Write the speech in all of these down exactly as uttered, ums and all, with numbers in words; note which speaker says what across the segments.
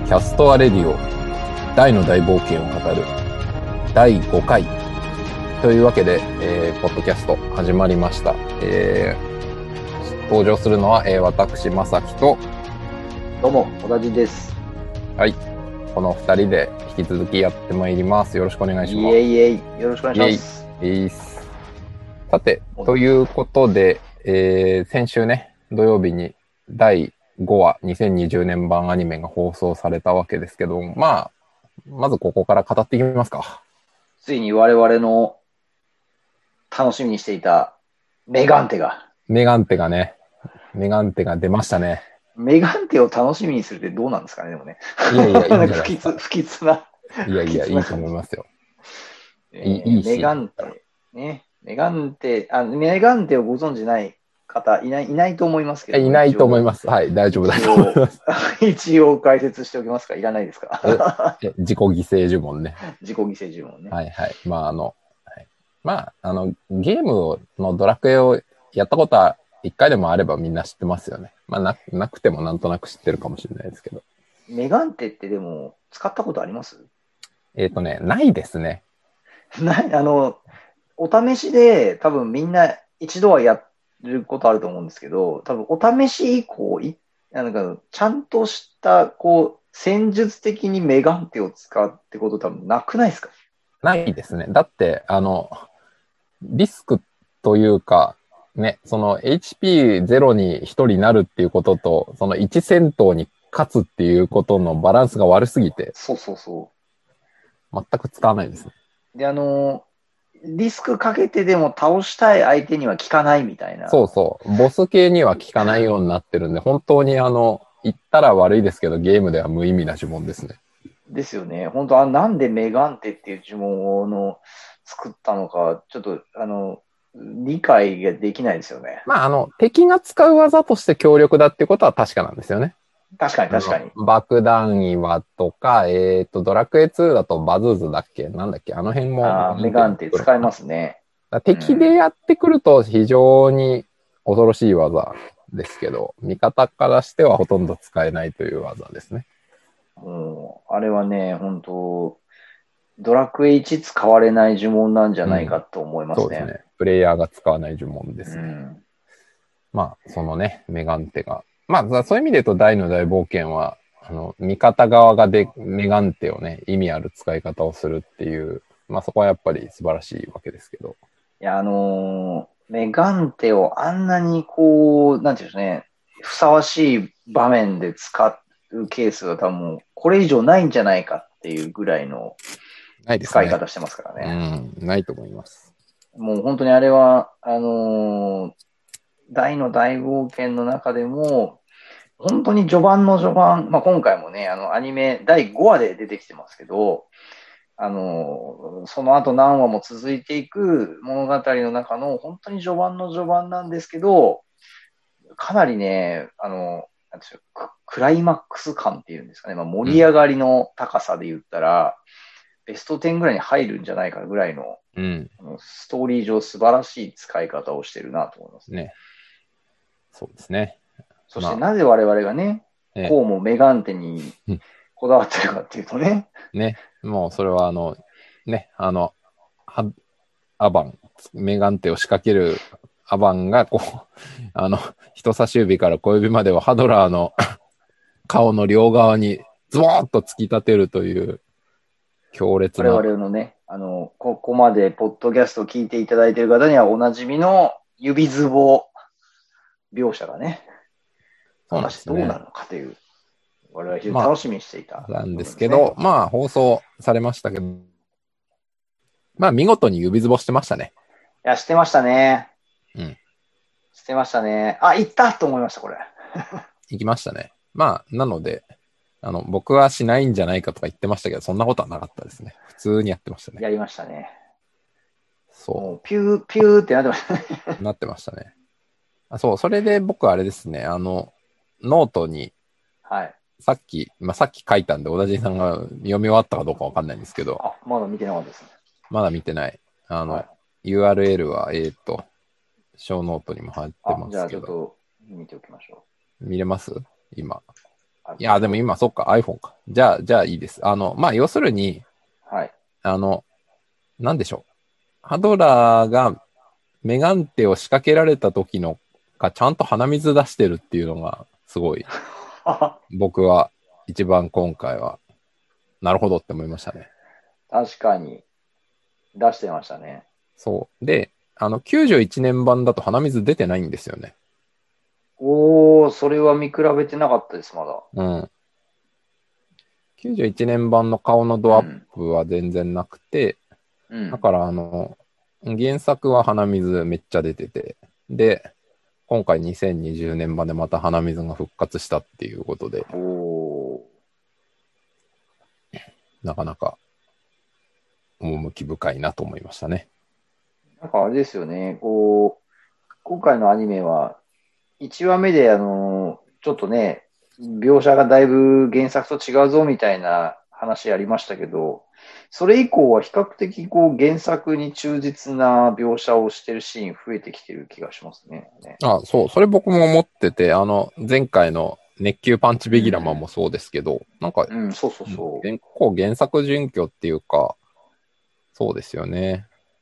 Speaker 1: キャストアレディオ大の大冒険を語るだいごかいというわけで、えー、ポッドキャスト始まりました。えー、登場するのは、えー、私まさきと
Speaker 2: どうも同じです。
Speaker 1: はい、このふたりで引き続きやってまいります。よろしくお願いします。
Speaker 2: イエイイエイ、よろしくお願いします。
Speaker 1: イエイイエイさて、ということで、えー、先週ね、土曜日にだいごわにせんにじゅうねん版アニメが放送されたわけですけど、まあ、まずここから語っていきますか。
Speaker 2: ついに我々の楽しみにしていたメガンテが。
Speaker 1: メガンテがね、メガンテが出ましたね。
Speaker 2: メガンテを楽しみにするってどうなんですかね、でもね。
Speaker 1: いやいや、いいんじゃないですか。
Speaker 2: 不吉、不吉な。
Speaker 1: いやいや、いいと思いますよ。
Speaker 2: えー、
Speaker 1: いい、いいし。
Speaker 2: メガンテ、ね。メガンテ、あ、メガンテをご存じない方いない、いないと思いますけど。
Speaker 1: いないと思います。はい、大丈夫だと思います。
Speaker 2: 一応解説しておきますか？いらないですか？
Speaker 1: 自己犠牲呪文ね。
Speaker 2: 自己犠牲呪文ね。
Speaker 1: はいはい。まああの、はい、まあ、あの、ゲームのドラクエをやったことは一回でもあればみんな知ってますよね。まあな、なくてもなんとなく知ってるかもしれないですけど。
Speaker 2: メガンテってでも使ったことあります？
Speaker 1: えっとね、ないですね。
Speaker 2: ない、あの、お試しで多分みんな一度はやることあると思うんですけど、多分お試し以降、いなんかちゃんとしたこう戦術的にメガンテを使うってこと多分なくないですか？
Speaker 1: ないですね。だって、あの、リスクというか、ね、その エイチピーゼロ にひとりなるっていうことと、そのいち戦闘に勝つっていうことのバランスが悪すぎて、
Speaker 2: そうそうそう。
Speaker 1: 全く使わないですね。
Speaker 2: で、あの、リスクかけてでも倒したい相手には効かないみたいな。
Speaker 1: そうそう。ボス系には効かないようになってるんで、本当にあの、言ったら悪いですけど、ゲームでは無意味な呪文ですね。
Speaker 2: ですよね。本当、あ、なんでメガンテっていう呪文をの作ったのか、ちょっと、あの、理解ができないですよね。
Speaker 1: まあ、あの、敵が使う技として強力だっていうことは確かなんですよね。
Speaker 2: 確かに確かに。
Speaker 1: 爆弾岩とか、えっと、ドラクエツーだとバズーズだっけなんだっけあの辺も。
Speaker 2: ああ、メガンテ使えますね。
Speaker 1: 敵でやってくると非常に恐ろしい技ですけど、味方からしてはほとんど使えないという技ですね。
Speaker 2: もう、あれはね、本当ドラクエいち使われない呪文なんじゃないかと思いますね。うん、そうですね。
Speaker 1: プレイヤーが使わない呪文ですね。
Speaker 2: うん、
Speaker 1: まあ、そのね、メガンテが。まあ、そういう意味で言うと大の大冒険は、あの、味方側がでメガンテをね、意味ある使い方をするっていう、まあそこはやっぱり素晴らしいわけですけど。
Speaker 2: いや、あのー、メガンテをあんなにこう、なんていうんですかね、ふさわしい場面で使うケースが多分これ以上ないんじゃないかっていうぐらいの使い方してますからね。
Speaker 1: ないですね。うん、ないと思います。
Speaker 2: もう本当にあれは、あのー、大の大冒険の中でも、本当に序盤の序盤、まあ、今回もね、あの、アニメだいごわで出てきてますけど、あの、その後何話も続いていく物語の中の本当に序盤の序盤なんですけど、かなりね、あの、なんでしょう、クライマックス感っていうんですかね、まあ、盛り上がりの高さで言ったら、うん、ベストじゅうぐらいに入るんじゃないかぐらいの、うん、あのストーリー上素晴らしい使い方をしてるなと思います
Speaker 1: ね。そうですね。
Speaker 2: そしてなぜ我々がね、まあ、こうもメガンテにこだわってるかっていうとね。
Speaker 1: ね。もうそれはあの、ね、あの、はアバン、メガンテを仕掛けるアバンがこう、あの、人差し指から小指までをハドラーの顔の両側にズボーッと突き立てるという強烈な。
Speaker 2: 我々のね、あの、ここまでポッドキャストを聞いていただいている方にはおなじみの指ズボ描写がね、果たしてどうなるのかという、我々は非常に楽しみにしていた、
Speaker 1: まあ、なんですけど、まあ放送されましたけど、まあ見事に指ズボしてましたね。
Speaker 2: いや、してましたね。
Speaker 1: うん。
Speaker 2: してましたね。あ、行ったと思いました、これ。
Speaker 1: 行きましたね。まあ、なので、あの、僕はしないんじゃないかとか言ってましたけど、そんなことはなかったですね。普通にやってましたね。
Speaker 2: やりましたね。
Speaker 1: そう。
Speaker 2: もうピュー、ピューってなってましたね。
Speaker 1: なってましたね。あ、そう、それで僕あれですね、あの、ノートに、
Speaker 2: はい。
Speaker 1: さっき、まあ、さっき書いたんで、小田地さんが読み終わったかどうかわかんないんですけど。
Speaker 2: あ、まだ見てなかったですね。
Speaker 1: まだ見てない。あの、
Speaker 2: はい、
Speaker 1: ユーアールエル は、えっと、小ノートにも入ってますけど。
Speaker 2: あ、じゃあちょっと見ておきましょ
Speaker 1: う。見れます今。 いや、でも今、そっか、iPhone か。じゃあ、じゃあいいです。あの、まあ、要するに、
Speaker 2: はい。
Speaker 1: あの、なんでしょう。ハドラーがメガンテを仕掛けられた時のがちゃんと鼻水出してるっていうのがすごい僕は一番今回はなるほどって思いましたね。
Speaker 2: 確かに出してましたね。
Speaker 1: そう。で、あのきゅうじゅういちねん版だと鼻水出てないんですよね。
Speaker 2: おー、それは見比べてなかったです、まだ。
Speaker 1: うん。きゅうじゅういちねん版の顔のドアッ
Speaker 2: うん。
Speaker 1: プは全然なくて、
Speaker 2: うん。
Speaker 1: だからあの、原作は鼻水めっちゃ出てて、で、今回にせんにじゅうねん版でまた鼻水が復活したっていうことで、
Speaker 2: おー。
Speaker 1: なかなか趣深いなと思いましたね。
Speaker 2: なんかあれですよね、こう、今回のアニメは、いちわめで、あの、ちょっとね、描写がだいぶ原作と違うぞみたいな話ありましたけど、それ以降は比較的こう原作に忠実な描写をしてるシーン増えてきてる気がしますね。ね
Speaker 1: あ、そう、それ僕も思ってて、あの、前回の熱球パンチベギラマン
Speaker 2: うん。
Speaker 1: もそうですけど、なんか、
Speaker 2: うん、そうそう
Speaker 1: うん
Speaker 2: そ
Speaker 1: 結構原作準拠っていうか、そうですよね。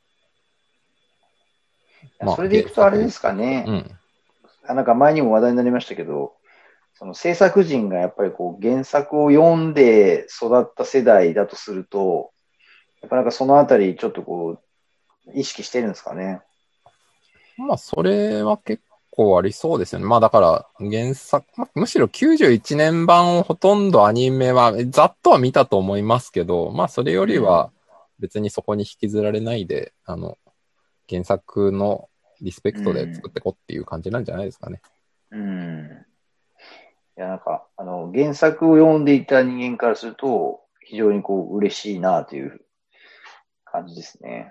Speaker 2: う。
Speaker 1: まあ、
Speaker 2: それでい
Speaker 1: 原
Speaker 2: くとあれです
Speaker 1: 作リスペクト。う
Speaker 2: かね。
Speaker 1: ん。
Speaker 2: あなんか前にも話題になりましたけど、その制作陣がやっぱりこう原作を読んで育った世代だとすると、やっぱなんかそのあたりちょっとこう意識してるんですかね。
Speaker 1: まあ、それは結構ありそうですよね。まあ、だから、原作、まあむしろきゅうじゅういちねん版をほとんどアニメは、ざっとは見たと思いますけど、まあ、それよ
Speaker 2: うん。
Speaker 1: りは別にそこに引きずられないで、あの、原作のリスペクトで
Speaker 2: うん。
Speaker 1: 作ってこっていう感じなんじゃないですかね。
Speaker 2: うん。いや、なんか、あの、原作を読んでいた人間からすると、非常にこう嬉しいなという感じですね。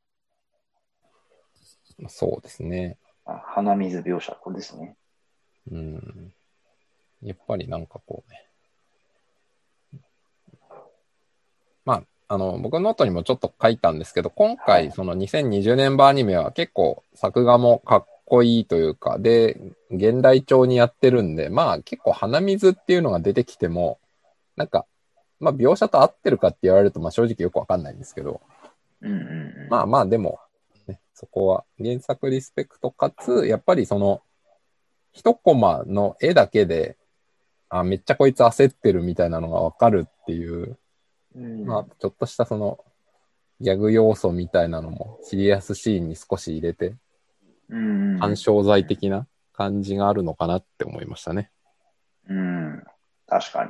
Speaker 1: そうですね。
Speaker 2: あ鼻水描写、これですね。
Speaker 1: うん。やっぱりなんかこうね。まあ、あの、僕のノートにもちょっと書いたんですけど、今回、
Speaker 2: はい。
Speaker 1: そのにせんにじゅうねん版アニメは結構作画もかっこいいというか、で、現代調にやってるんで、まあ結構鼻水っていうのが出てきても、なんか、まあ描写と合ってるかって言われると、まあ正直よくわかんないんですけど、
Speaker 2: うんうん
Speaker 1: まあまあでも、ね、そこは原作リスペクトかつ、やっぱりその、一コマの絵だけで、あ、めっちゃこいつ焦ってるみたいなのがわかるっていう、
Speaker 2: うん。
Speaker 1: まあ、ちょっとしたその、ギャグ要素みたいなのもシリアスシーンに少し入れて、
Speaker 2: うん。
Speaker 1: 緩衝材的な感じがあるのかなって思いましたね。
Speaker 2: うん。うん。確かに。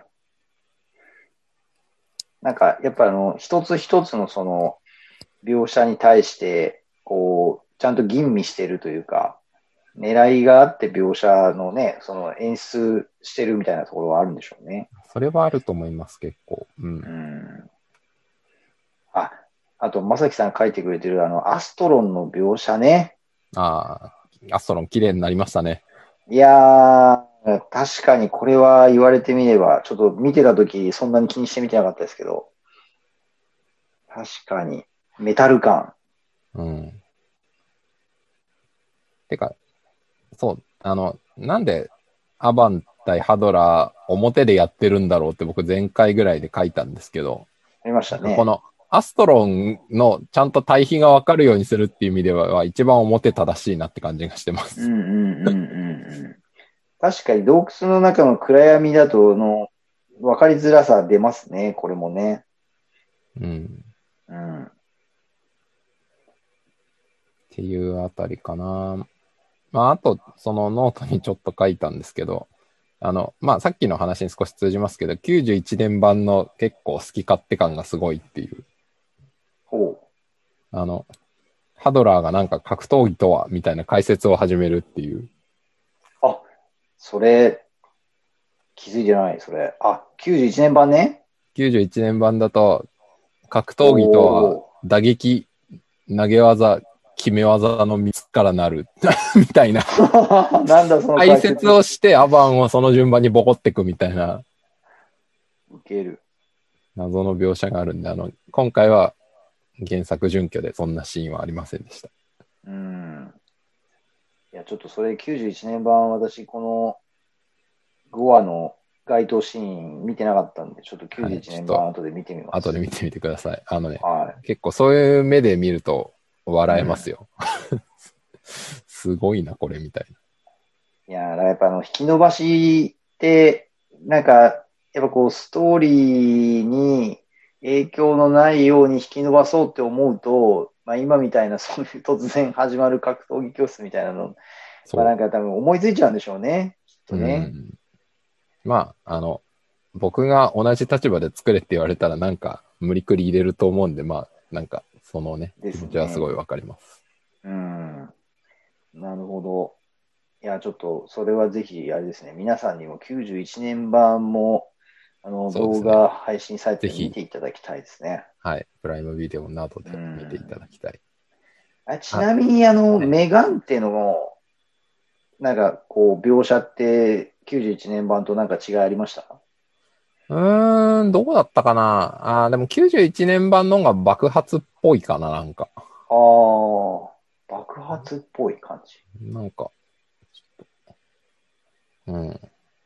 Speaker 2: なんか、やっぱあの、一つ一つのその、描写に対して、こう、ちゃんと吟味してるというか、狙いがあって描写のね、その演出してるみたいなところはあるんでしょうね。
Speaker 1: それはあると思います、結構。う
Speaker 2: う
Speaker 1: ん。
Speaker 2: ん。あ、あと、まさきさん書いてくれてるあの、アストロンの描写ね。
Speaker 1: ああ、アストロン綺麗になりましたね。
Speaker 2: いやー、確かにこれは言われてみれば、ちょっと見てたときそんなに気にして見てなかったですけど、確かに、メタル感。
Speaker 1: うん。てか、そう、あの、なんでアバン対ハドラー表でやってるんだろうって僕前回ぐらいで書いたんですけど、
Speaker 2: ありまし
Speaker 1: な
Speaker 2: たね。
Speaker 1: んかこのアストロンのちゃんと対比がわかるようにするっていう意味では一番表正しいなって感じがしてます。
Speaker 2: うんうんうんうんうん。確かに洞窟の中の暗闇だと、の、わかりづらさ出ますね、これもね。
Speaker 1: うん。
Speaker 2: うん。
Speaker 1: っていうあたりかな。まあ、あと、そのノートにちょっと書いたんですけど、あの、まあ、さっきの話に少し通じますけど、きゅうじゅういちねん版の結構好き勝手感がすごいっていう。
Speaker 2: ほ
Speaker 1: あの、ハドラーがなんか格闘技とはみたいな解説を始めるっていう。
Speaker 2: う。あ、それ、気づいてない、それ。あ、きゅうじゅういちねん版ね。
Speaker 1: きゅうじゅういちねん版だと、格闘技とは
Speaker 2: お
Speaker 1: 打撃、投げ技、決め技のみっつからなるみたいな。
Speaker 2: ー。なんだ、その
Speaker 1: 解
Speaker 2: 解説。
Speaker 1: 説をしてアバンをその順番にボコっていくみたいな
Speaker 2: ウケる。
Speaker 1: 謎の描写があるんで、あの、今回は原作準拠でそんなシーンはありませんでした。
Speaker 2: うん。いや、ちょっとそれきゅうじゅういちねん版、私、このごわの該当シーン見てなかったんで、ちょっと91
Speaker 1: はい、ちょっと、
Speaker 2: 年版後で見てみます。
Speaker 1: 後で見てみてください。あのね、
Speaker 2: は
Speaker 1: 結構そういう目で見ると笑えます
Speaker 2: い。
Speaker 1: よ。すごいな、これ、みたいな。
Speaker 2: いやー、だからやっぱあの、引き伸ばしって、なんか、やっぱこう、ストーリーに影響のないように引き伸ばそうって思うと、まあ今みたいなそういう突然始まる格闘技教室みたいなの、まあな
Speaker 1: そ
Speaker 2: んか多分思いついちゃうんでしょうね。きっ
Speaker 1: う。う
Speaker 2: とね。
Speaker 1: ん。まあ、あの、僕が同じ立場で作れって言われたらなんか無理くり入れると思うんで、まあ、なんかそのね、
Speaker 2: で
Speaker 1: 気持ちはす
Speaker 2: すね。
Speaker 1: ごいわかります。
Speaker 2: うん。なるほど。いや、ちょっと、それはぜひ、あれですね、皆さんにもきゅうじゅういちねん版も、あの、
Speaker 1: そうですね。
Speaker 2: 動画配信サイトで見
Speaker 1: ぜひ、
Speaker 2: ていただきたいですね。
Speaker 1: はい、プライムビデオなど
Speaker 2: う
Speaker 1: で見ていた
Speaker 2: ん。
Speaker 1: だきたい。
Speaker 2: あ、ち
Speaker 1: あ、
Speaker 2: なみに、あの、
Speaker 1: はい。
Speaker 2: メガンテの、なんか、こう、描写って、きゅうじゅういちねん版となんか違いありました？
Speaker 1: うーん、どうだったかなあー、でもきゅうじゅういちねん版の方が爆発っぽいかな、なんか。
Speaker 2: ああ、爆発っぽい感じ。
Speaker 1: なんか、うん。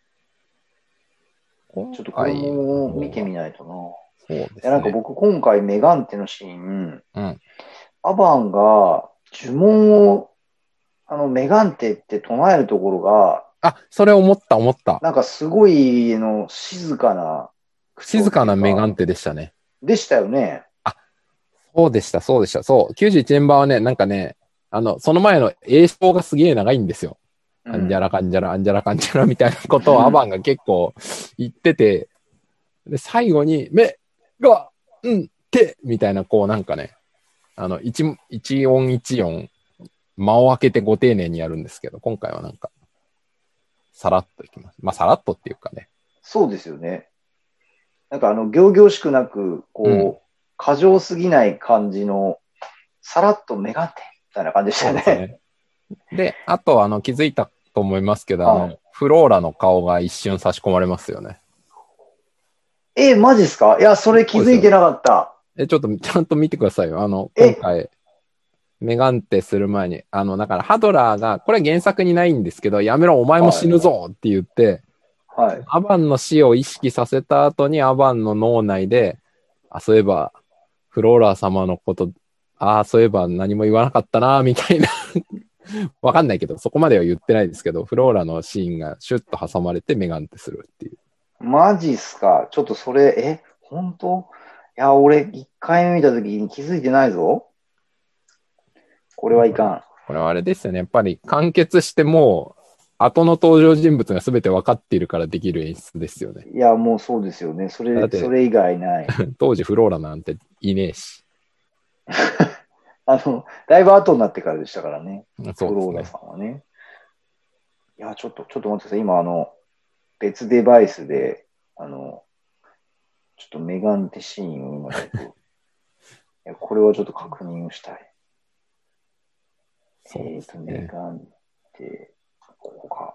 Speaker 1: 今
Speaker 2: ちょっとこれ
Speaker 1: 回の
Speaker 2: も見
Speaker 1: 方が、
Speaker 2: てみないとな。いや、
Speaker 1: そうですね。
Speaker 2: なんか僕、今回、メガンテのシーン、
Speaker 1: うん。
Speaker 2: アバンが呪文を、あの、メガンテって唱えるところが、
Speaker 1: あ、それ思った、思った。
Speaker 2: なんかすごいの静かな口調っ
Speaker 1: 静か
Speaker 2: ていうか、
Speaker 1: なメガンテでしたね。
Speaker 2: でしたよね。
Speaker 1: あ、そうでした、そうでした。そう。きゅうじゅういちねん版はね、なんかね、あの、その前の英唱がすげえ長いんですよ。アンジャ
Speaker 2: うん。
Speaker 1: ラカンジャラ、アンジャラカンジャラみたいなことをアバンが結構言ってて、で、最後に、目が、うん、手みたいな、こうなんかね、あの、一、一音一音、間を空けてご丁寧にやるんですけど、今回はなんか、さらっといきます。まあ、さらっとっていうかね。
Speaker 2: そうですよね。なんかあの、仰々しくなく、
Speaker 1: うん。
Speaker 2: こう、過剰すぎない感じの、さらっとメガンテみたいな感じでしたよね。
Speaker 1: そうですね。で、あと、あの、気づいたと思いますけど、あ
Speaker 2: は
Speaker 1: の、フローラの顔が一瞬差し込まれますよね。
Speaker 2: い。え、マジっすか？いや、それ気
Speaker 1: そうですよ。
Speaker 2: づいてなかった。
Speaker 1: え、ちょっとちゃんと見てくださいよ。あの、今
Speaker 2: え、
Speaker 1: 回、メガンテする前に、あの、だからハドラーが、これ原作にないんですけど、やめろ、お前も死
Speaker 2: はい。
Speaker 1: ぬぞって言って、
Speaker 2: はい。
Speaker 1: アバンの死を意識させた後にアバンの脳内で、あ、そういえば、フローラー様のこと、ああ、そういえば何も言わなかったな、みたいなわかんないけど、そこまでは言ってないですけど、フローラのシーンがシュッと挟まれてメガンテするっていう。
Speaker 2: マジっすか？ちょっとそれ、え、本当？いや、俺、一回目見たときに気づいてないぞ。これはいかん。
Speaker 1: これはあれですよね。やっぱり完結してもう、後の登場人物が全て分かっているからできる演出ですよね。
Speaker 2: いや、もうそうですよね。それ、そ
Speaker 1: だって、
Speaker 2: れ以外ない。
Speaker 1: 当時フローラなんていねえし。
Speaker 2: あの、だいぶ後になってからでしたからね。フローラ
Speaker 1: そうですね。
Speaker 2: さんはね。いや、ちょっと、ちょっと待ってください。今、あの、別デバイスで、あの、ちょっとメガンテシーンを今ちょっと、いや、これはちょっと確認をしたい。
Speaker 1: そうで
Speaker 2: えっと、メ
Speaker 1: すね。
Speaker 2: ガンテ、ここか。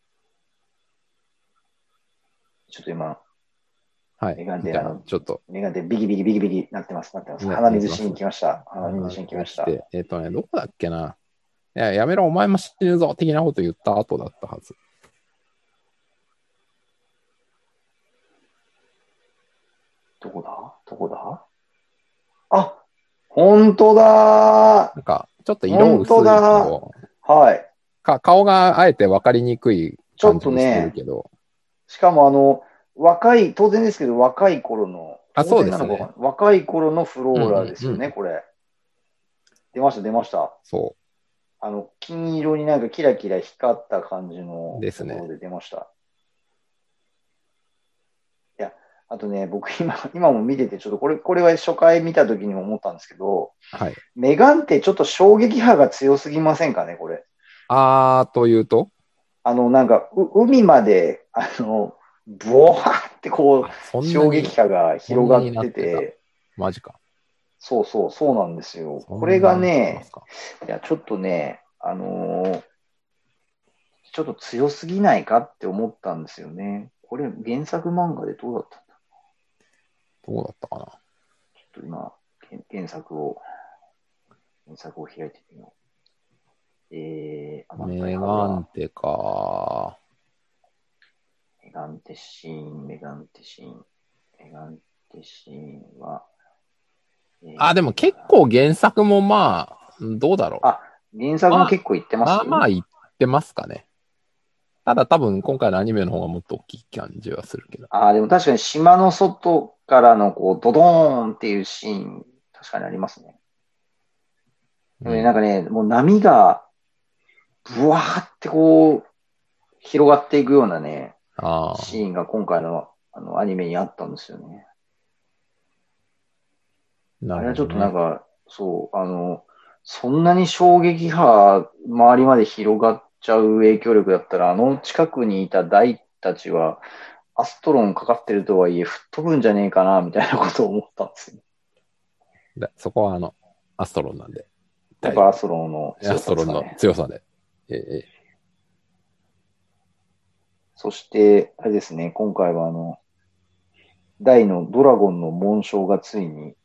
Speaker 2: ちょっと今、
Speaker 1: はい。
Speaker 2: メガンテ、
Speaker 1: じゃあ、
Speaker 2: あの、
Speaker 1: ちょっと、
Speaker 2: メガンテビギビギビギビギなってます、なってます。
Speaker 1: ね、
Speaker 2: 鼻水シー
Speaker 1: なってます。
Speaker 2: ン来ました。鼻水
Speaker 1: あ
Speaker 2: シーン来ました。
Speaker 1: が来て、えっ、とね、どこだっけな。いや、やめろ、お前も死ぬぞ、的なこと言った後だったはず。
Speaker 2: どこだどこだ？あ、本当だ
Speaker 1: なんか、ちょっと
Speaker 2: ー本当
Speaker 1: 色薄いけ
Speaker 2: だ
Speaker 1: ど、
Speaker 2: ーはい。
Speaker 1: か、顔があえて分かりにくい
Speaker 2: ちょっ
Speaker 1: 感じにしてる
Speaker 2: とね、
Speaker 1: けど、
Speaker 2: しかもあの、若い、当然ですけど、若い頃の、
Speaker 1: あ、
Speaker 2: 当
Speaker 1: そうですね。
Speaker 2: 然なのかわかんない。若い頃のフロー
Speaker 1: うんう
Speaker 2: ラですよね、
Speaker 1: んうん。
Speaker 2: これ。出ました、出ました。
Speaker 1: そ
Speaker 2: あの、金色になんかキラキラ光った感じ
Speaker 1: う。
Speaker 2: の
Speaker 1: ですね。
Speaker 2: ところで出ました。いや、あとね、僕今、今も見てて、ちょっとこれ、これは初回見た時にも思ったんですけど、
Speaker 1: はい。
Speaker 2: メガンってちょっと衝撃波が強すぎませんかね、これ。
Speaker 1: あーというと、
Speaker 2: あの、なんか、う海まで、あの、ボワーってこう、
Speaker 1: あ、そんな
Speaker 2: 衝撃
Speaker 1: に、
Speaker 2: 波が
Speaker 1: そんなに
Speaker 2: 広がって
Speaker 1: なってた。
Speaker 2: て、
Speaker 1: マジか。
Speaker 2: そうそう、そうなんですよ。これが
Speaker 1: そんなになってま
Speaker 2: ね、
Speaker 1: すか。
Speaker 2: いや、ちょっとね、あのーちょっと強すぎないかって思ったんですよね。これ、原作漫画でどうだったんだ？
Speaker 1: どうだったかな。
Speaker 2: ちょっと今、原原作を、原作を開いてみよう。えー、アバン対
Speaker 1: メ
Speaker 2: ハドラ
Speaker 1: ガンテか。
Speaker 2: ー。 ガンテシーン、メガンテシーン、メガンテシーンは、えー、
Speaker 1: あ、でも結構原作もまあ、どうだろう。
Speaker 2: あ、原作も結構言ってます？
Speaker 1: まあまあ言ってますかね。ただ多分今回のアニメの方がもっと大きい感じはするけど。
Speaker 2: あ、でも確かに島の外からのこう、ドドーンっていうシーン、確かにありますね。でもね、
Speaker 1: うん、
Speaker 2: なんかね、もう波が、ブワーってこう、広がっていくようなね、
Speaker 1: あ
Speaker 2: シーンが今回のあのアニメにあったんですよね。
Speaker 1: あ、な
Speaker 2: あれはちょっとなん
Speaker 1: るほどね。
Speaker 2: か、そう、あの、そんなに衝撃波、周りまで広がっちゃう影響力だったら、あの近くにいたダイたちは、アストロンかかってるとはいえ、吹っ飛ぶんじゃねえかな、みたいなことを思ったんですよ。
Speaker 1: でそこはあの、アストロンなんで。
Speaker 2: やっぱアストロンの
Speaker 1: ア
Speaker 2: 強
Speaker 1: ストロンの
Speaker 2: さですかね。
Speaker 1: 強さで。ええ、
Speaker 2: そして、あれですね、今回はあの、大のドラゴンの紋章がついに、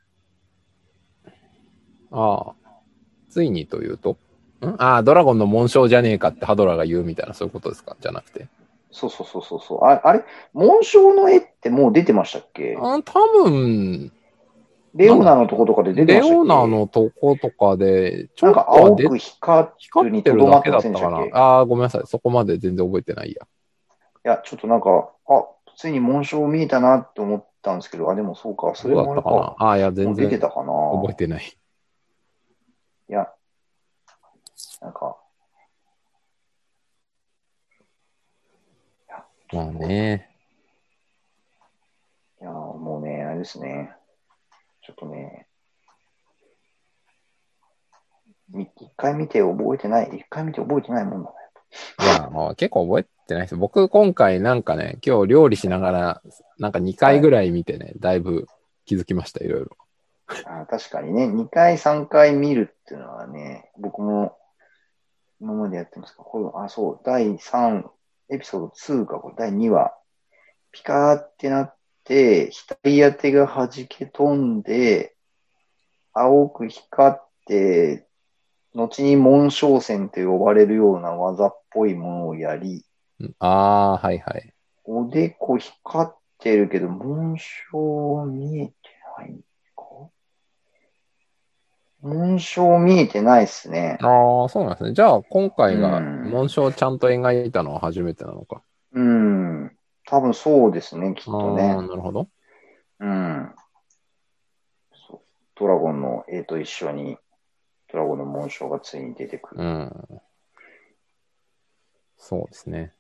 Speaker 1: ああ、ついにというと、んああ、ドラゴンの紋章じゃねえかってハドラーが言うみたいな、そういうことですか？じゃなくて。
Speaker 2: そうそうそうそうそう、あ、あれ、紋章の絵ってもう出てましたっけ？
Speaker 1: あ多分、
Speaker 2: レオナのとことかで出てましたっ
Speaker 1: レオナ
Speaker 2: け？
Speaker 1: のとことかで、ちょ
Speaker 2: なん
Speaker 1: っとは出、
Speaker 2: か青く光る
Speaker 1: 光って
Speaker 2: にとどまって
Speaker 1: るだけだっ
Speaker 2: ませんでしたっけ？
Speaker 1: たかな。ああ、ごめんなさい。そこまで全然覚えてないや。
Speaker 2: いや、ちょっとなんか、あ、ついに紋章見えたなって思ったんですけど、あ、でもそうか、そ
Speaker 1: どうだ
Speaker 2: れもあれか。
Speaker 1: ったかな。ああ、いや、
Speaker 2: もう出て
Speaker 1: 全然
Speaker 2: たかな。
Speaker 1: 覚えてない。
Speaker 2: いや、なんか、いや、
Speaker 1: まあね。
Speaker 2: いやもうね、あれですね。ちょっとね、み一回見て覚えてない、一回見て覚えてないもんだね。
Speaker 1: いや、もう結構覚えてないです。僕、今回なんかね、今日料理しながら、なんかにかいぐらい見てね、だいぶ気づきました、いろいろ。
Speaker 2: あ、確かにね、にかい、さんかい見るっていうのはね、僕も今までやってますか。これ、あ、そう、だいさん、エピソードにか、これだいにわ、ピカーってなって、額当てが弾け飛んで、青く光って、後に紋章線と呼ばれるような技っぽいものをやり、
Speaker 1: うんああー、はいはい。
Speaker 2: おでこ光ってるけど、紋章見えてないか？紋章見えてないっすね。
Speaker 1: ああ、そうなんですね。じゃあ、今
Speaker 2: う
Speaker 1: 回が
Speaker 2: ん。
Speaker 1: 紋章をちゃんと描いたのは初めてなのか。
Speaker 2: うん。多分そうですね、きっと
Speaker 1: ああ、
Speaker 2: ね。
Speaker 1: なるほど。
Speaker 2: うん。そうドラゴンの絵と一緒に、ドラゴンの紋章がついに出てくる。
Speaker 1: うん。そうですね。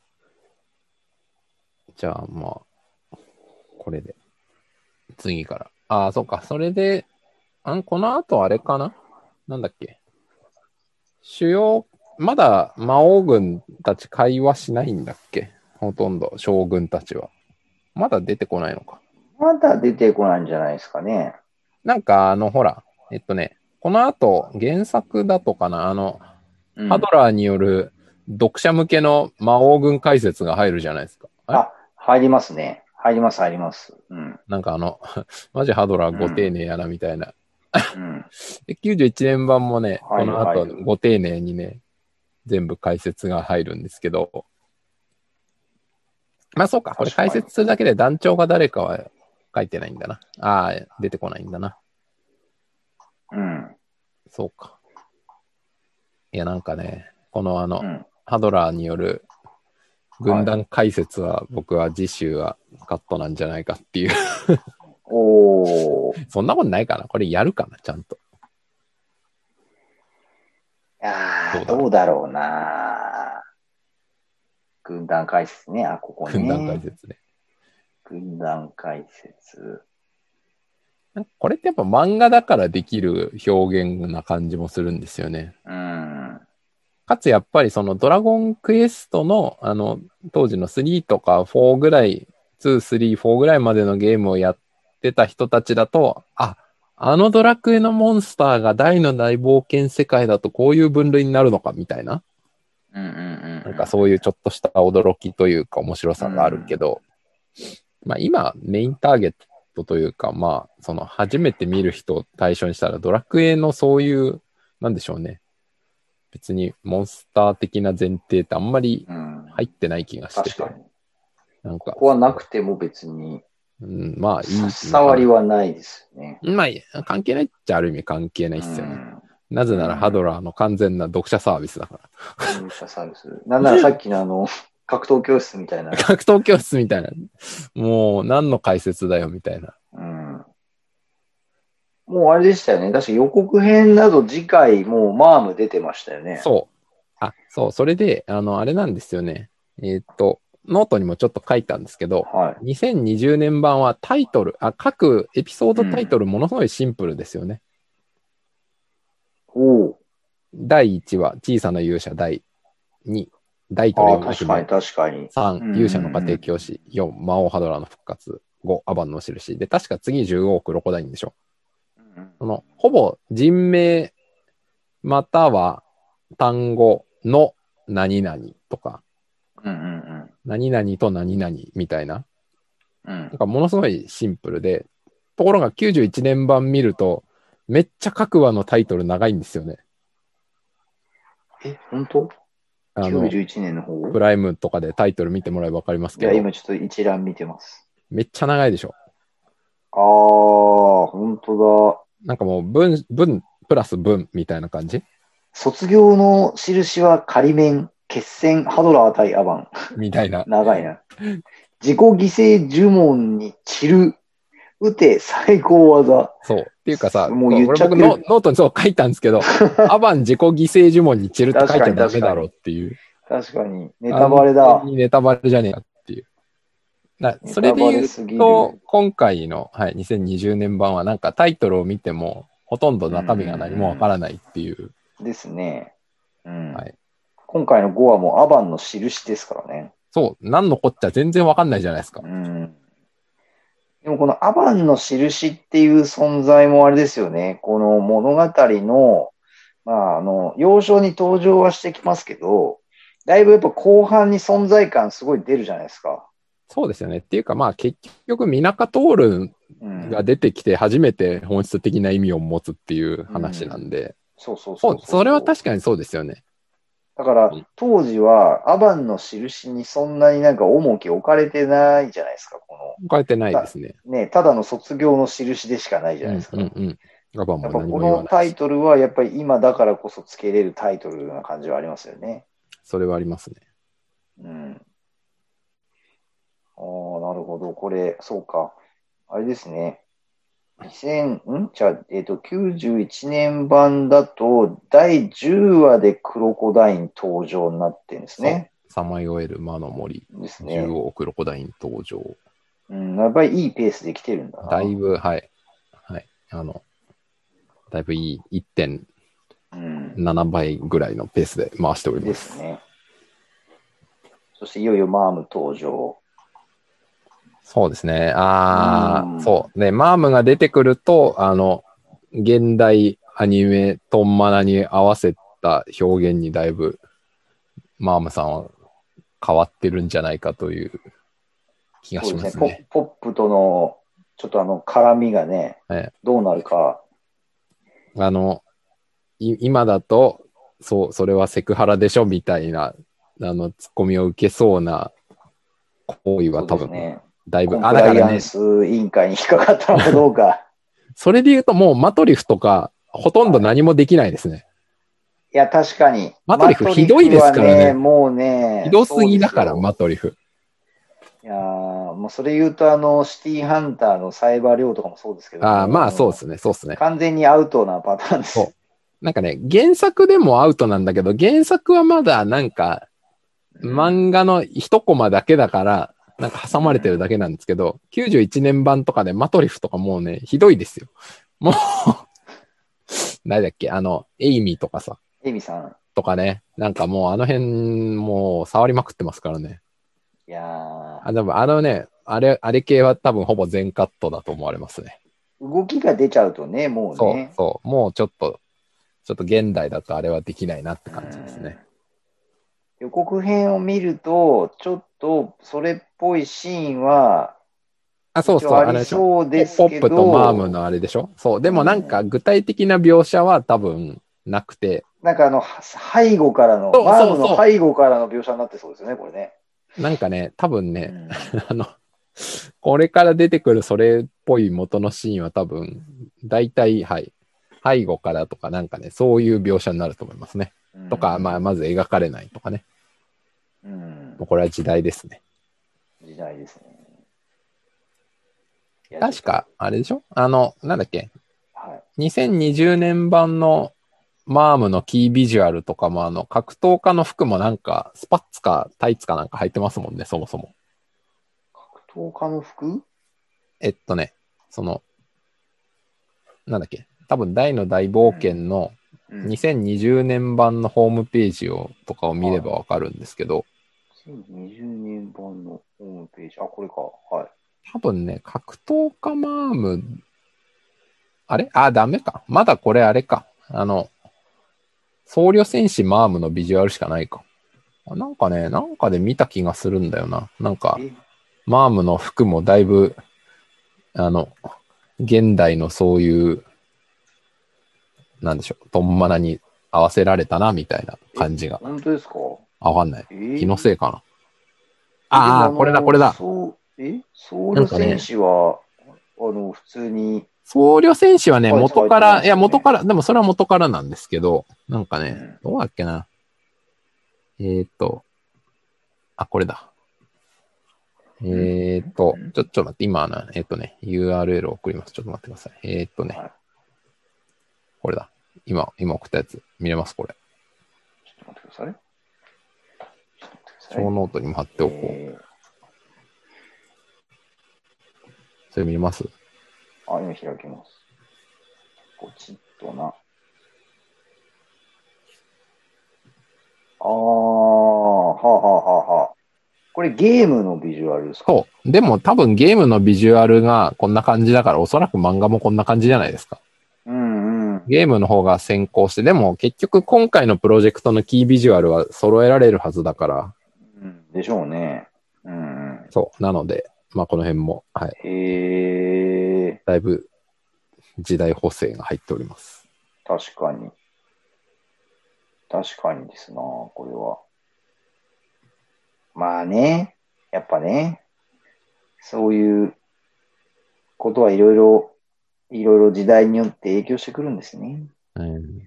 Speaker 1: じゃあ、まあ、これで。次から。ああ、そうか。それで、あん、この後あれかななんだっけ。主要、まだ魔王軍たち会話しないんだっけ？ほとんど将軍たちは。まだ出てこないのか。
Speaker 2: まだ出てこないんじゃないですかね。
Speaker 1: なんかあの、ほら、えっとね、この後原作だとかな、あの、ハド
Speaker 2: うん。
Speaker 1: ラーによる読者向けの魔王軍解説が入るじゃないですか。あれ
Speaker 2: あ、入りますね。入ります、入ります。うん。
Speaker 1: なんかあの、マジハドラーご丁
Speaker 2: うん。
Speaker 1: 寧やなみたいな。
Speaker 2: うん。
Speaker 1: できゅうじゅういちねん版もね、こ
Speaker 2: 入る、
Speaker 1: の後
Speaker 2: 入る。
Speaker 1: ご丁寧にね、全部解説が入るんですけど、まあそうか、これ解
Speaker 2: 確かに。
Speaker 1: 説するだけで団長が誰かは書いてないんだな。ああ、出てこないんだな。
Speaker 2: うん。
Speaker 1: そうか。いや、なんかね、このあの、
Speaker 2: うん。
Speaker 1: ハドラーによる軍
Speaker 2: はい。
Speaker 1: 団解説は、僕は次週はカットなんじゃないかっていう。
Speaker 2: おー。い
Speaker 1: そんなことないかな。これやるかな、ちゃんと。
Speaker 2: やー、
Speaker 1: どうだろう。
Speaker 2: どうだろうな。軍団解説ね。あ、ここ
Speaker 1: 軍団解
Speaker 2: ね。
Speaker 1: 説ね。
Speaker 2: 軍団解説。
Speaker 1: なんかこれってやっぱ漫画だからできる表現な感じもするんですよね。
Speaker 2: うん。
Speaker 1: かつやっぱりそのドラゴンクエストのあの当時のスリーとかフォーぐらい、に、スリー、フォーぐらいまでのゲームをやってた人たちだと、あ、あのドラクエのモンスターが大の大冒険世界だとこういう分類になるのかみたいな。
Speaker 2: うんうんうん
Speaker 1: なんかそういうちょっとした驚きというか面白
Speaker 2: うん。
Speaker 1: さがあるけど、まあ今メインターゲットというか、まあその初めて見る人を対象にしたらドラクエのそういう、なんでしょうね。別にモンスター的な前提ってあんまり
Speaker 2: うん。うん。
Speaker 1: 入ってない気がしてて。
Speaker 2: 確かに。
Speaker 1: なんか。
Speaker 2: ここはなくても別に、
Speaker 1: うん、まあいい。
Speaker 2: 触りはないですね。
Speaker 1: まあ、関係ないっちゃある意味関係ないっすよね。
Speaker 2: うん、
Speaker 1: なぜならハドラーの完全な読者サービスだから。
Speaker 2: 読者サービス。なんならさっきのあの、格闘教室みたいな。
Speaker 1: 格闘教室みたいな。もう何の解説だよみたいな。
Speaker 2: うん、もうあれでしたよね。確か予告編など次回もうマーム出てましたよね。
Speaker 1: そう。あ、そう。それで、あの、あれなんですよね。えーっと、ノートにもちょっと書いたんですけど、
Speaker 2: はい、
Speaker 1: にせんにじゅうねん版はタイトル、あ、各エピソードタイトルものすごいシンプルですよね。
Speaker 2: うん、お
Speaker 1: だいいちわ、小さな勇者。だいに、大
Speaker 2: ああ、
Speaker 1: 統領の
Speaker 2: 確かに確かに。
Speaker 1: さん、勇者の家庭教師。よん、魔王ハドラーの復活。ご、アバンの印。で、確か次じゅうごクロコダインでしょ。
Speaker 2: うん、
Speaker 1: その、ほぼ人名、または単語の何々とか、
Speaker 2: うんうん
Speaker 1: 何々と何々みたいな。
Speaker 2: うん。うん
Speaker 1: なんかものすごいシンプルで、ところがきゅうじゅういちねん版見ると、めっちゃ各話のタイトル長いんですよね。
Speaker 2: え、本当
Speaker 1: あの、
Speaker 2: ?きゅうじゅういち 年の方
Speaker 1: プライムとかでタイトル見てもらえばわかります
Speaker 2: いや、
Speaker 1: けど、
Speaker 2: 今ちょっと一覧見てます。
Speaker 1: めっちゃ長いでしょ。
Speaker 2: ああ、本当だ。
Speaker 1: なんかもう文、文プラス文みたいな感じ
Speaker 2: 卒業の印は仮面、決戦、ハドラー対アバン。
Speaker 1: みたいな。
Speaker 2: 長いな。自己犠牲呪文に散る。打て最高技。
Speaker 1: そう。っていうかさ、
Speaker 2: もう言っちゃってる
Speaker 1: 俺僕のノートにそう書いたんですけど、アバン自己犠牲呪文に散るって書いちゃダメだろうっていう。
Speaker 2: 確かに。ネタバレだ。
Speaker 1: 完全にネタバレじゃねえかっていう。だそれで言うと、今回の、はい、にせんにじゅうねん版はなんかタイトルを見ても、ほとんど中身が何もわからないっていう。
Speaker 2: ですね。うん。
Speaker 1: はい、
Speaker 2: 今回のごわもアバンの印ですからね。
Speaker 1: そう。何のこっちゃ全然わかんないじゃないですか。
Speaker 2: うん。でもこのアバンの印っていう存在もあれですよね。この物語の、まあ、あの、要所に登場はしてきますけど、だいぶやっぱ後半に存在感すごい出るじゃないですか。
Speaker 1: そうですよね。っていうかまあ結局、ミナカトールが出てきて初めて本質的な意味を持つっていう話なんで。
Speaker 2: うん、そうそうそうそう。
Speaker 1: それは確かにそうですよね。
Speaker 2: だから、当時はアバンの印にそんなになんか重き置かれてないじゃないですか、この。
Speaker 1: 置かれてないですね。
Speaker 2: ね、ただの卒業の印でしかないじゃないですか。
Speaker 1: うんうんうん。アバンも
Speaker 2: やっぱこ
Speaker 1: 何も言わない
Speaker 2: のタイトルはやっぱり今だからこそつけれるタイトルな感じはありますよね。
Speaker 1: それはありますね。
Speaker 2: うん。ああ、なるほど。これ、そうか。あれですね。にせん、んじゃあ、えっと、きゅうじゅういちねん版だと、だいじゅうわでクロコダイン登場になってるんですね。
Speaker 1: さまよえる魔の森。
Speaker 2: ですね。
Speaker 1: 獣王クロコダイン登場。
Speaker 2: うん、やっぱりいいペースで来てるんだな。
Speaker 1: だいぶ、はい。はい。あの、だいぶいいいってんななばいぐらいのペースで回しております。
Speaker 2: ですね。そしていよいよマーム登場。
Speaker 1: そうですね。ああ、そう。ね、マームが出てくると、あの、現代アニメ、トンマナに合わせた表現にだいぶ、マームさんは変わってるんじゃないかという気がしますね。
Speaker 2: そうですね。ポップとの、ちょっとあの、絡みがね、はい、どうなるか。
Speaker 1: あの、い今だと、そう、それはセクハラでしょみたいな、あの、ツッコミを受けそうな行為は多分、ね、だいぶ、
Speaker 2: あ、だからね。コンプライアンス委員会に引っかかったのかどうか。
Speaker 1: それで言うともうマトリフとか、ほとんど何もできないですね。はい、
Speaker 2: いや、確かに。
Speaker 1: マトリフひどいですからね。
Speaker 2: ねもうね。
Speaker 1: ひどすぎだから、マトリフ。
Speaker 2: いやもうそれ言うと、あの、シティハンターのサイバー量とかもそうですけど、
Speaker 1: ああ、まあそうですね、そうですね。
Speaker 2: 完全にアウトなパターンです。
Speaker 1: そう。なんかね、原作でもアウトなんだけど、原作はまだなんか、漫画の一コマだけだから、なんか挟まれてるだけなんですけど、きゅうじゅういちねん版とかでマトリフとかもうね、ひどいですよ。もう誰だっけあの、エイミーとかさ。
Speaker 2: エイミーさん。
Speaker 1: とかね。なんかもうあの辺、もう触りまくってますからね。
Speaker 2: いやー。
Speaker 1: あ、でもあのね、あれ、あれ系は多分ほぼ全カットだと思われますね。
Speaker 2: 動きが出ちゃうとね、もうね。
Speaker 1: そう、そう。もうちょっと、ちょっと現代だとあれはできないなって感じですね。
Speaker 2: 予告編を見ると、ちょっとそれっぽいシーンは、
Speaker 1: あ、そうそう、あれでしょ。ポップとマームのあれでしょ。そう。でもなんか具体的な描写は多分なくて。
Speaker 2: なんかあの、背後からの、マームの背後からの描写になってそうですよね、これね。
Speaker 1: なんかね、多分ね、
Speaker 2: うん、
Speaker 1: あの、これから出てくるそれっぽい元のシーンは多分、大体、はい、背後からとかなんかね、そういう描写になると思いますね。
Speaker 2: う
Speaker 1: とか、まあ、
Speaker 2: ん、
Speaker 1: まず描かれないとかね。
Speaker 2: うん、
Speaker 1: もうこれは時代ですね。
Speaker 2: 時代ですね。いや、ちょっと、
Speaker 1: 確か、あれでしょあの、なんだっけ
Speaker 2: はい。
Speaker 1: にせんにじゅう 年版のマームのキービジュアルとかも、あの、格闘家の服もなんか、スパッツかタイツかなんか入ってますもんね、そもそも。
Speaker 2: 格闘家の服？
Speaker 1: えっとね、その、なんだっけ、多分大の大冒険の
Speaker 2: うん。
Speaker 1: にせんにじゅうねん版のホームページをとかを見れ
Speaker 2: は
Speaker 1: ばわかるんですけど、
Speaker 2: い。にせんにじゅうねん版のホームページ。あ、これか。はい。
Speaker 1: 多分ね、格闘家マーム、あれあ、ダメか。まだこれあれか。あの、僧侶戦士マームのビジュアルしかないか。あなんかね、なんかで見た気がするんだよな。なんか、
Speaker 2: え、
Speaker 1: マームの服もだいぶ、あの、現代のそういう、なんでしょう、トンマナに合わせられたな、みたいな
Speaker 2: え、
Speaker 1: 感じが。
Speaker 2: 本当ですか？
Speaker 1: あわかんない。
Speaker 2: え
Speaker 1: 気の
Speaker 2: ー
Speaker 1: せいかな。
Speaker 2: え、でもあ
Speaker 1: ああ、これだ、こ
Speaker 2: の、
Speaker 1: れだ。
Speaker 2: そう、え、僧侶戦
Speaker 1: なんかね、
Speaker 2: 士は、あの、普通に
Speaker 1: 僧侶戦士はね、
Speaker 2: タイツ履いて
Speaker 1: 元から、いや、
Speaker 2: ますよね。
Speaker 1: 元から、でもそれは元からなんですけど、なんかね、
Speaker 2: うん。
Speaker 1: どうだっけな。えーっと、あ、これだ。
Speaker 2: うん。
Speaker 1: えーっと、
Speaker 2: うん。
Speaker 1: ちょ、ちょっと待って、今な、えーっとね、ユーアールエル を送ります。ちょっと待ってください。えーっとね、
Speaker 2: はい。
Speaker 1: これだ。今、今送ったやつ。見れます、これ。
Speaker 2: ちょっと待ってください。ちょっと待ってください。
Speaker 1: 小ノートにも貼っておこう。
Speaker 2: え
Speaker 1: それ見れます？
Speaker 2: ー、あ、今開きます。ポチッとな。あー、はあはあはあはあ。これゲームのビジュアルですか？
Speaker 1: そう。でも多分ゲームのビジュアルがこんな感じだから、おそらく漫画もこんな感じじゃないですか。
Speaker 2: うんうん。
Speaker 1: ゲームの方が先行して、でも結局今回のプロジェクトのキービジュアルは揃えられるはずだから、
Speaker 2: うん、でしょうね。うんうん。
Speaker 1: そう。なので、まあこの辺も、はい。
Speaker 2: へえ、
Speaker 1: だいぶ時代補正が入っております。
Speaker 2: 確かに。確かにですな、これは。まあね、やっぱね、そういうことはいろいろ、いろいろ時代によって影響してくるんですね。
Speaker 1: うん、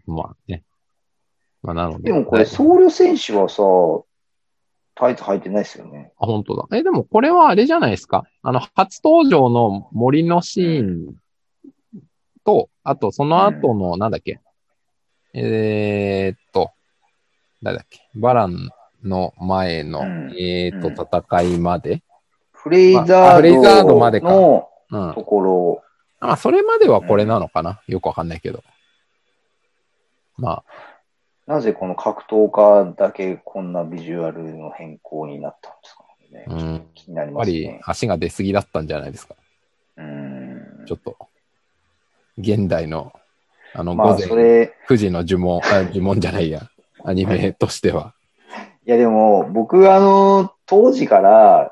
Speaker 1: まあね。まあなので、
Speaker 2: でもこれ、
Speaker 1: だい
Speaker 2: 僧侶選手はさ、タイツ履いてないですよね。
Speaker 1: あ、本当だ。え、でもこれはあれじゃないですか。あの、初登場の森のシー
Speaker 2: うん。
Speaker 1: ンと、あとその後
Speaker 2: うん。
Speaker 1: の、なんだっけ。えーっと、誰だっけ。バランの前の、
Speaker 2: うん。
Speaker 1: えーっと、
Speaker 2: うん。
Speaker 1: 戦いまで。
Speaker 2: フレイ
Speaker 1: まあ、あ、フ
Speaker 2: ザー
Speaker 1: レイザードまでか。
Speaker 2: ドの
Speaker 1: うん。
Speaker 2: ところ、
Speaker 1: あ、それまではこれな
Speaker 2: うん。
Speaker 1: のかなよくわかんないけど。ま
Speaker 2: なぜこの格闘家だけこんなビジュアルの変更になったんですかね。
Speaker 1: あ、うん。
Speaker 2: ちょっ
Speaker 1: やっ
Speaker 2: と気になりま
Speaker 1: ぱり
Speaker 2: すね。
Speaker 1: 足が出すぎだったんじゃないですか。
Speaker 2: うん。
Speaker 1: ちょっと、現代の、あの、午
Speaker 2: まあ、
Speaker 1: 前
Speaker 2: それ、
Speaker 1: くじの呪文、あ、呪文じゃないや、アニメとしては。
Speaker 2: いやでも、僕、あの、当時から、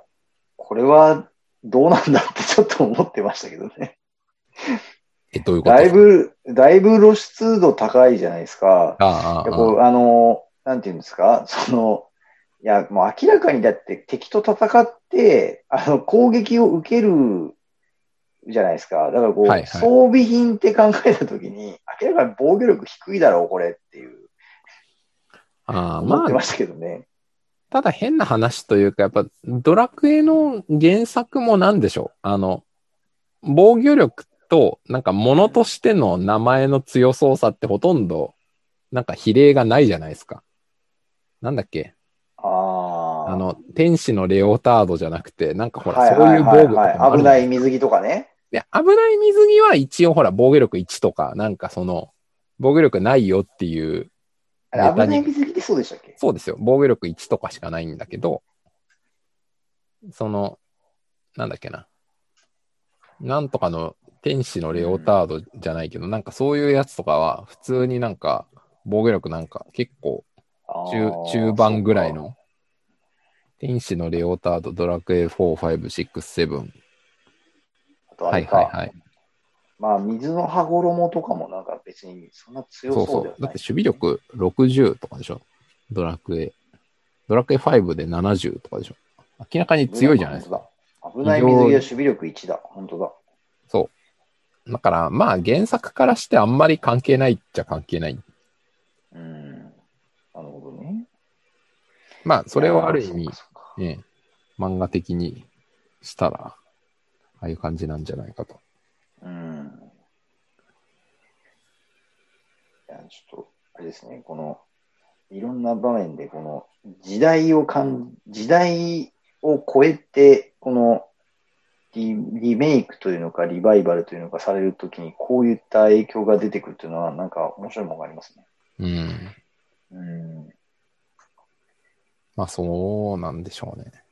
Speaker 2: これはどうなんだってちょっと思ってましたけどね。
Speaker 1: え、どういうこと
Speaker 2: だ
Speaker 1: ですか？
Speaker 2: いぶ、だいぶ露出度高いじゃないですか。
Speaker 1: あ
Speaker 2: いや、
Speaker 1: あ、ああ、
Speaker 2: こう、あの、なんていうんですか、その、いや、もう明らかにだって敵と戦って、あの、攻撃を受けるじゃないですか。だからこう、
Speaker 1: はいはい。
Speaker 2: 装備品って考えたときに、明らかに防御力低いだろう、これっていう、
Speaker 1: ああ、まあ、
Speaker 2: 思ってましたけどね。
Speaker 1: ただ変な話というか、やっぱ、ドラクエの原作もなんでしょう。あの、防御力と、なんか物としての名前の強そうさってほとんど、なんか比例がないじゃないですか。なんだっけ
Speaker 2: ああ、
Speaker 1: あの、天使のレオタードじゃなくて、なんかほら、
Speaker 2: はいはい
Speaker 1: そういう防具とかも
Speaker 2: はいはい。危
Speaker 1: あるじゃないですか。
Speaker 2: ない水着とかね。
Speaker 1: いや、危ない水着は一応ほら、防御力いちとか、なんかその、防御力ないよっていう
Speaker 2: あれ、危ない
Speaker 1: ネタに、
Speaker 2: 水着ってそうでしたっけ？
Speaker 1: そうですよ。防御力いちとかしかないんだけど、その、なんだっけな。なんとかの天使のレオ
Speaker 2: うん。
Speaker 1: タードじゃないけど、なんかそういうやつとかは、普通になんか、防御力なんか結構中、中
Speaker 2: ああ、そ
Speaker 1: 盤
Speaker 2: うか。
Speaker 1: ぐらいの、天使のレオタード、ドラクエよん、ご、ろく、なな。
Speaker 2: あとあ
Speaker 1: は
Speaker 2: れか。
Speaker 1: いはいはい。
Speaker 2: まあ、水の羽衣とかもなんか別にそんな強
Speaker 1: そうそう。
Speaker 2: そうでは
Speaker 1: だって
Speaker 2: ないですね。
Speaker 1: 守備力ろくじゅうとかでしょ。ドラクエ。ドラクエごでななじゅうとかでしょ。 明らかに強いじゃないですか。
Speaker 2: 危ない水着は守備力いちだ。本当だ。
Speaker 1: そう。だから、まあ原作からしてあんまり関係ないっちゃ関係ない。
Speaker 2: うん。なるほどね。
Speaker 1: まあ、それをある意味、ね、漫画的にしたら、ああいう感じなんじゃないかと。
Speaker 2: うん。いや、ちょっと、あれですね、この、いろんな場面で、この、時代をかん、時代を超えて、このリ、リメイクというのか、リバイバルというのかされるときに、こういった影響が出てくるというのは、なんか面白いものがありますね。
Speaker 1: うん。
Speaker 2: うん。
Speaker 1: まあ、そうなんでしょうね。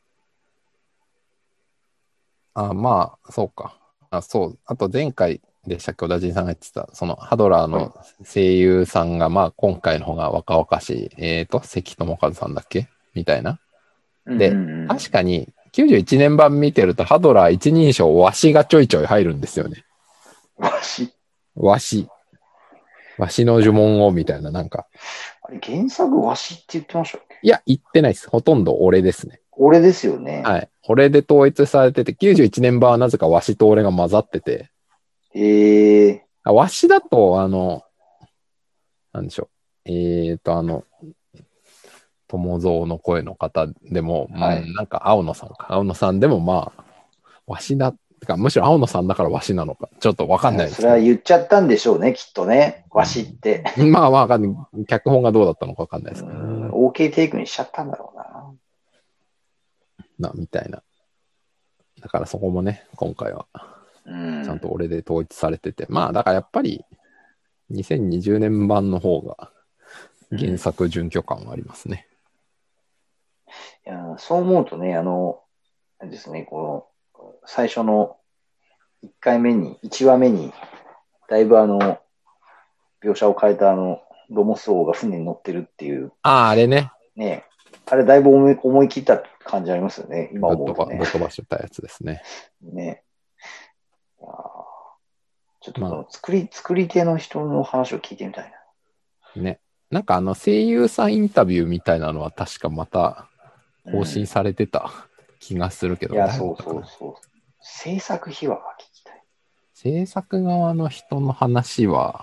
Speaker 1: あ、まあ、そうか。あ、そう。あと前回でしたっけ、小田陣さんが言ってた、そのハドラーの声優さんが、まあ、今回の方が若々しい、えっと、関智一さんだっけみたいな。で、
Speaker 2: うんうんうん、
Speaker 1: 確かに、きゅうじゅういちねん版見てると、ハドラー一人称、わしがちょいちょい入るんですよね。
Speaker 2: わし。
Speaker 1: わし。わしの呪文を、みたいな、なんか。
Speaker 2: あれ、原作わしって言ってましたっけ？
Speaker 1: いや、言ってないです。ほとんど俺ですね。
Speaker 2: 俺ですよね。
Speaker 1: はい。俺で統一されてて、きゅうじゅういちねん版はなぜかわしと俺が混ざってて。
Speaker 2: へえ。
Speaker 1: あ、わしだと、あの、なんでしょう。えーと、あの、友蔵の声の方でも、
Speaker 2: はい、
Speaker 1: うん、なんか青野さんか。青野さんでもまあ、わしだ。てか、むしろ青野さんだからわしなのか。ちょっとわかんないですけど。
Speaker 2: それは言っちゃったんでしょうね、きっとね。わしって。
Speaker 1: まあまあわかんない。脚本がどうだったのかわかんないですけど。
Speaker 2: オーケー テイクにしちゃったんだろうな。
Speaker 1: な、みたいな。だからそこもね、今回は、ちゃんと俺で統一されてて。まあ、だからやっぱり、にせんにじゅうねん版の方が、原作準拠感はありますね。
Speaker 2: いや、そう思うとね、あの、ですね、この、最初のいっかいめに、いちわめに、だいぶあの、描写を変えたあの、ロモス王が船に乗ってるっていう。
Speaker 1: ああ、あれね。
Speaker 2: ね、あれだいぶ思い思い切った感じありますよね、今思うとね。
Speaker 1: ぶっ飛ばしてたやつですね。
Speaker 2: ね。いやちょっとこの作り、まあ、作り手の人の話を聞いてみたい
Speaker 1: な。ね。なんかあの声優さんインタビューみたいなのは確かまた更新されてた気がするけど、
Speaker 2: うん、いや、そうそうそう。制作秘話が聞きたい。
Speaker 1: 制作側の人の話は、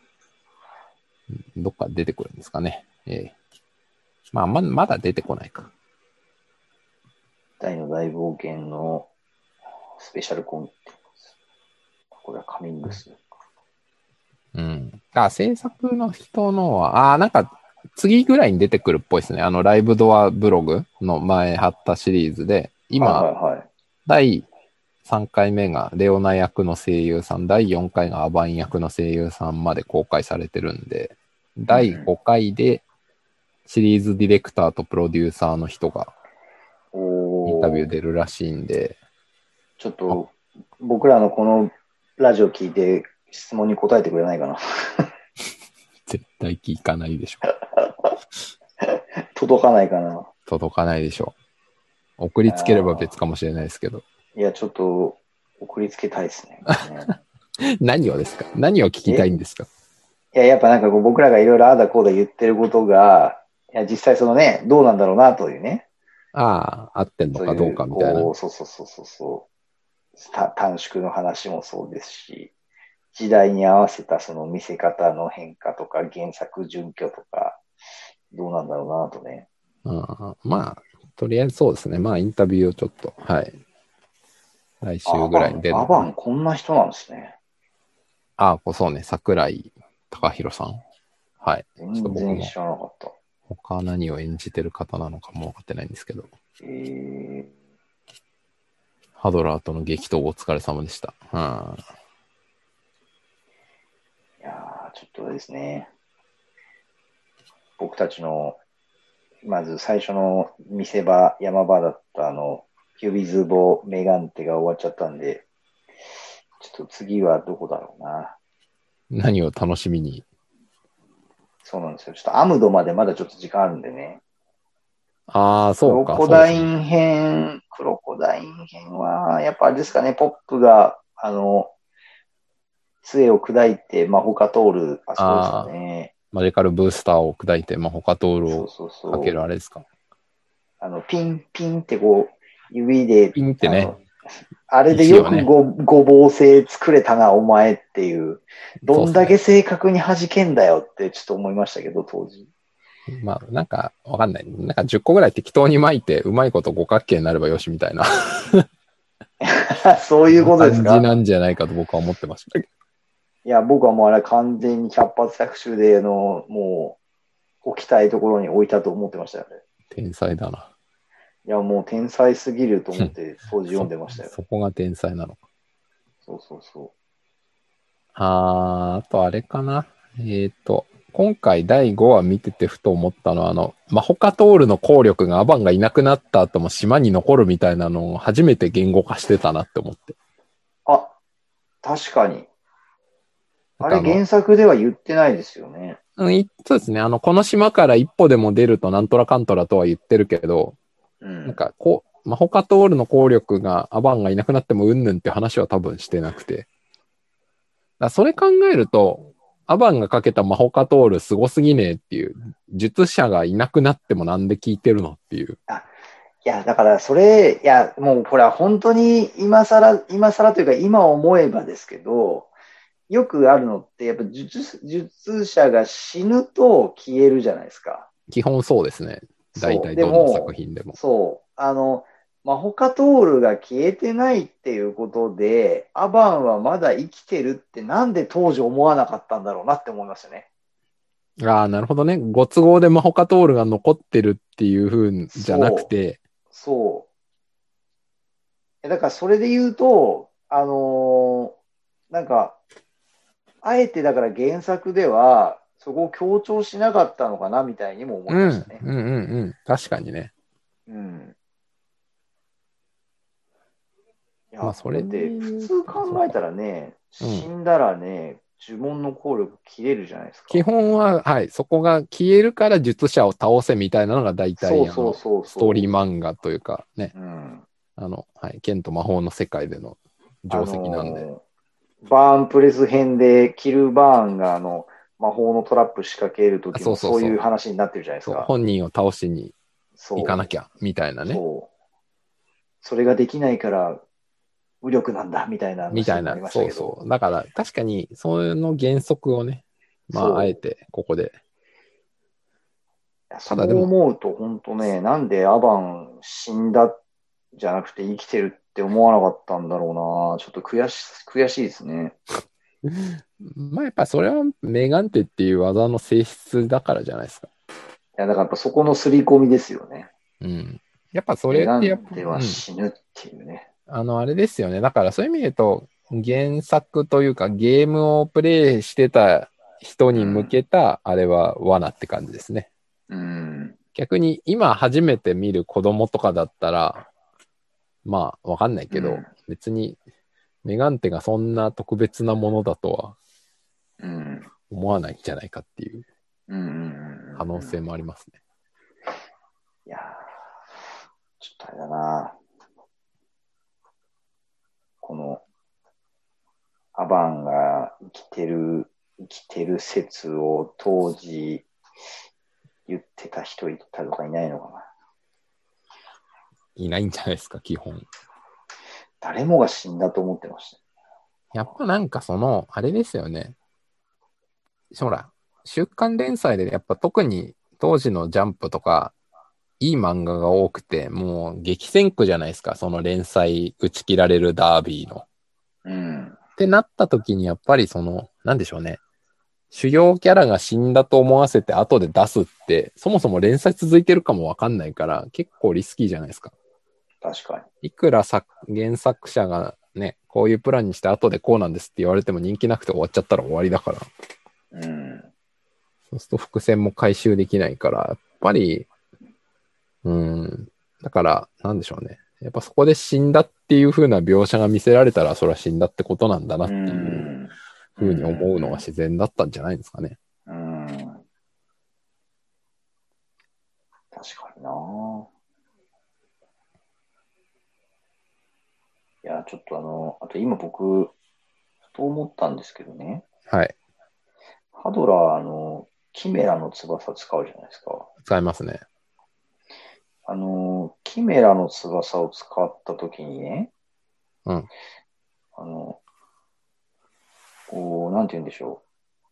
Speaker 1: どっか出てくるんですかね。ええ。まあ、ま、まだ出てこないか。
Speaker 2: 大の大冒険のスペシャルコンテンツ。これはカミングス。
Speaker 1: うん。あ、制作の人のは、あ、なんか、次ぐらいに出てくるっぽいですね。あの、ライブドアブログの前貼ったシリーズで、今、はいはいはい、だいさんかいめがレオナ役の声優さん、だいよんかいがアバン役の声優さんまで公開されてるんで、だいごかいでシリーズディレクターとプロデューサーの人がインタビュー出るらしいんで。
Speaker 2: ちょっと僕らのこのラジオ聞いて質問に答えてくれないかな。
Speaker 1: 絶対聞かないでしょ。
Speaker 2: 届かないかな。
Speaker 1: 届かないでしょ。送りつければ別かもしれないですけど。
Speaker 2: いや、ちょっと送りつけたいですね。
Speaker 1: 何をですか？何を聞きたいんですか？
Speaker 2: いや、やっぱなんかこう僕らがいろいろああだこうだ言ってることが、いや、実際そのね、どうなんだろうなというね。
Speaker 1: ああ、合ってんのかどうかみたいな。
Speaker 2: そうそうそうそうそうそう。短縮の話もそうですし、時代に合わせたその見せ方の変化とか、原作準拠とか、どうなんだろうなとね。
Speaker 1: あまあ、とりあえずそうですね。まあ、インタビューをちょっと、はい。来週ぐらいに出る。
Speaker 2: アバン、こんな人なんですね。
Speaker 1: ああ、そうね。桜井貴弘さん。はい。
Speaker 2: 全然知らなかった。
Speaker 1: 他何を演じてる方なのかも分かってないんですけど。
Speaker 2: えー、
Speaker 1: ハドラーとの激闘お疲れ様でした。うん、
Speaker 2: いやー、ちょっとですね。僕たちの、まず最初の見せ場、山場だったあの、キュビズボメガンテが終わっちゃったんで、ちょっと次はどこだろうな。
Speaker 1: 何を楽しみに。
Speaker 2: そうなんですよ。ちょっとアムドまでまだちょっと時間あるんでね。
Speaker 1: ああ、そうか。
Speaker 2: クロコダイン編、ね、クロコダイン編は、やっぱあれですかね、ポップが、あの、杖を砕いて魔法が通る、あそこですかね。
Speaker 1: マジカルブースターを砕いて魔法が通るをかけるあれですか。
Speaker 2: あの、ピン、ピンってこう、 指で、
Speaker 1: ピンってね。
Speaker 2: あれでよく ご,、ね、ごぼう製作れたな、お前っていう。どんだけ正確に弾けんだよってちょっと思いましたけど、当時。
Speaker 1: まあ、なんか、わかんない。なんかじゅっこぐらい適当に巻いて、うまいこと五角形になればよしみたいな。
Speaker 2: そういうことですか？
Speaker 1: 感じなんじゃないかと僕は思ってましたけど。
Speaker 2: いや、僕はもうあれ完全に百発百中で、あの、もう、置きたいところに置いたと思ってましたよね。
Speaker 1: 天才だな。
Speaker 2: いや、もう天才すぎると思って当時読んでましたよ。
Speaker 1: そ, そこが天才なのか。
Speaker 2: そうそうそう。
Speaker 1: あー、あとあれかな。えっ、ー、と、今回だいごわ見ててふと思ったのは、あの、マホカトールの効力がアバンがいなくなった後も島に残るみたいなのを初めて言語化してたなって思って。
Speaker 2: あ、確かに。あれ原作では言ってないですよね。
Speaker 1: うん、そうですね。あの、この島から一歩でも出るとなんとらかんとらとは言ってるけど、うん、なんか、こう、マホカトールの効力が、アバンがいなくなってもうんぬんって話は多分してなくて。だそれ考えると、アバンがかけたマホカトールすごすぎねえっていう、術者がいなくなってもなんで聞いてるのっていう。
Speaker 2: あ、いや、だからそれ、いや、もうこれは本当に今更、今更というか今思えばですけど、よくあるのって、やっぱ術、術者が死ぬと消えるじゃないですか。
Speaker 1: 基本そうですね。大体どの作品でも。
Speaker 2: そう。あの、マホカトールが消えてないっていうことで、アバンはまだ生きてるってなんで当時思わなかったんだろうなって思いましたね。
Speaker 1: ああ、なるほどね。ご都合でマホカトールが残ってるっていう風じゃなくて。
Speaker 2: そう。だからそれで言うと、あのー、なんか、あえてだから原作では、そこを強調しなかったのかなみたいにも思いましたね。
Speaker 1: うん、うんうんうん。確かにね。
Speaker 2: うん。いや、
Speaker 1: まあ、それ
Speaker 2: だって普通考えたらね、死んだらね、呪文の効力切れるじゃないですか。
Speaker 1: 基本は、はい、そこが消えるから術者を倒せみたいなのが大体、あの、ストーリー漫画というかね、うん、あの、はい、剣と魔法の世界での定石なんで。あの
Speaker 2: ー、バーンプレス編でキルバーンがあの、魔法のトラップ仕掛けるときもそういう話になってるじゃないですか。そう
Speaker 1: 本人を倒しに行かなきゃ、みたいなね。
Speaker 2: そう。それができないから、無力なんだ、みたいな
Speaker 1: みたいな、そうそう。だから、確かに、その原則をね、まあ、あえて、ここで。
Speaker 2: ただでも、そう思うと、本当ね、なんでアバン死んだじゃなくて生きてるって思わなかったんだろうな。ちょっと悔し、悔しいですね。
Speaker 1: まあ、やっぱそれは、メガンテっていう技の性質だからじゃないですか。
Speaker 2: いや、だからやっぱそこの刷り込みですよね。
Speaker 1: うん。やっぱそれってやっぱ。
Speaker 2: メガンテは死ぬっていうね。
Speaker 1: うん、あの、あれですよね。だからそういう意味で言うと、原作というかゲームをプレイしてた人に向けた、あれは罠って感じですね。うん。逆に今初めて見る子供とかだったら、まあわかんないけど、うん、別にメガンテがそんな特別なものだとは思わないんじゃないかっていう可能性もありますね。
Speaker 2: いやー、ちょっとあれだな。このアバンが生きてる、生きてる説を当時言ってた人いたとかいないのかな。
Speaker 1: いないんじゃないですか、基本。
Speaker 2: 誰もが死んだと思ってました。
Speaker 1: やっぱなんかその、あれですよね。ほら、週刊連載でやっぱ特に当時のジャンプとか、いい漫画が多くて、もう激戦区じゃないですか、その連載打ち切られるダービーの。うん。ってなった時にやっぱりその、なんでしょうね。主要キャラが死んだと思わせて後で出すって、そもそも連載続いてるかもわかんないから、結構リスキーじゃないですか。
Speaker 2: 確かに。
Speaker 1: いくら作原作者がね、こういうプランにして後でこうなんですって言われても人気なくて終わっちゃったら終わりだから。うん。そうすると伏線も回収できないから、やっぱり、うん。だから、なんでしょうね。やっぱそこで死んだっていう風な描写が見せられたら、それは死んだってことなんだなっていう風に思うのが自然だったんじゃないですかね。うん。
Speaker 2: 確かにな。いや、ちょっとあの、あと今僕、と思ったんですけどね。
Speaker 1: はい。
Speaker 2: ハドラー、あの、キメラの翼使うじゃないですか。
Speaker 1: 使いますね。
Speaker 2: あの、 キメラの翼を使ったときにね、
Speaker 1: うん。
Speaker 2: あの、こう、なんて言うんでしょ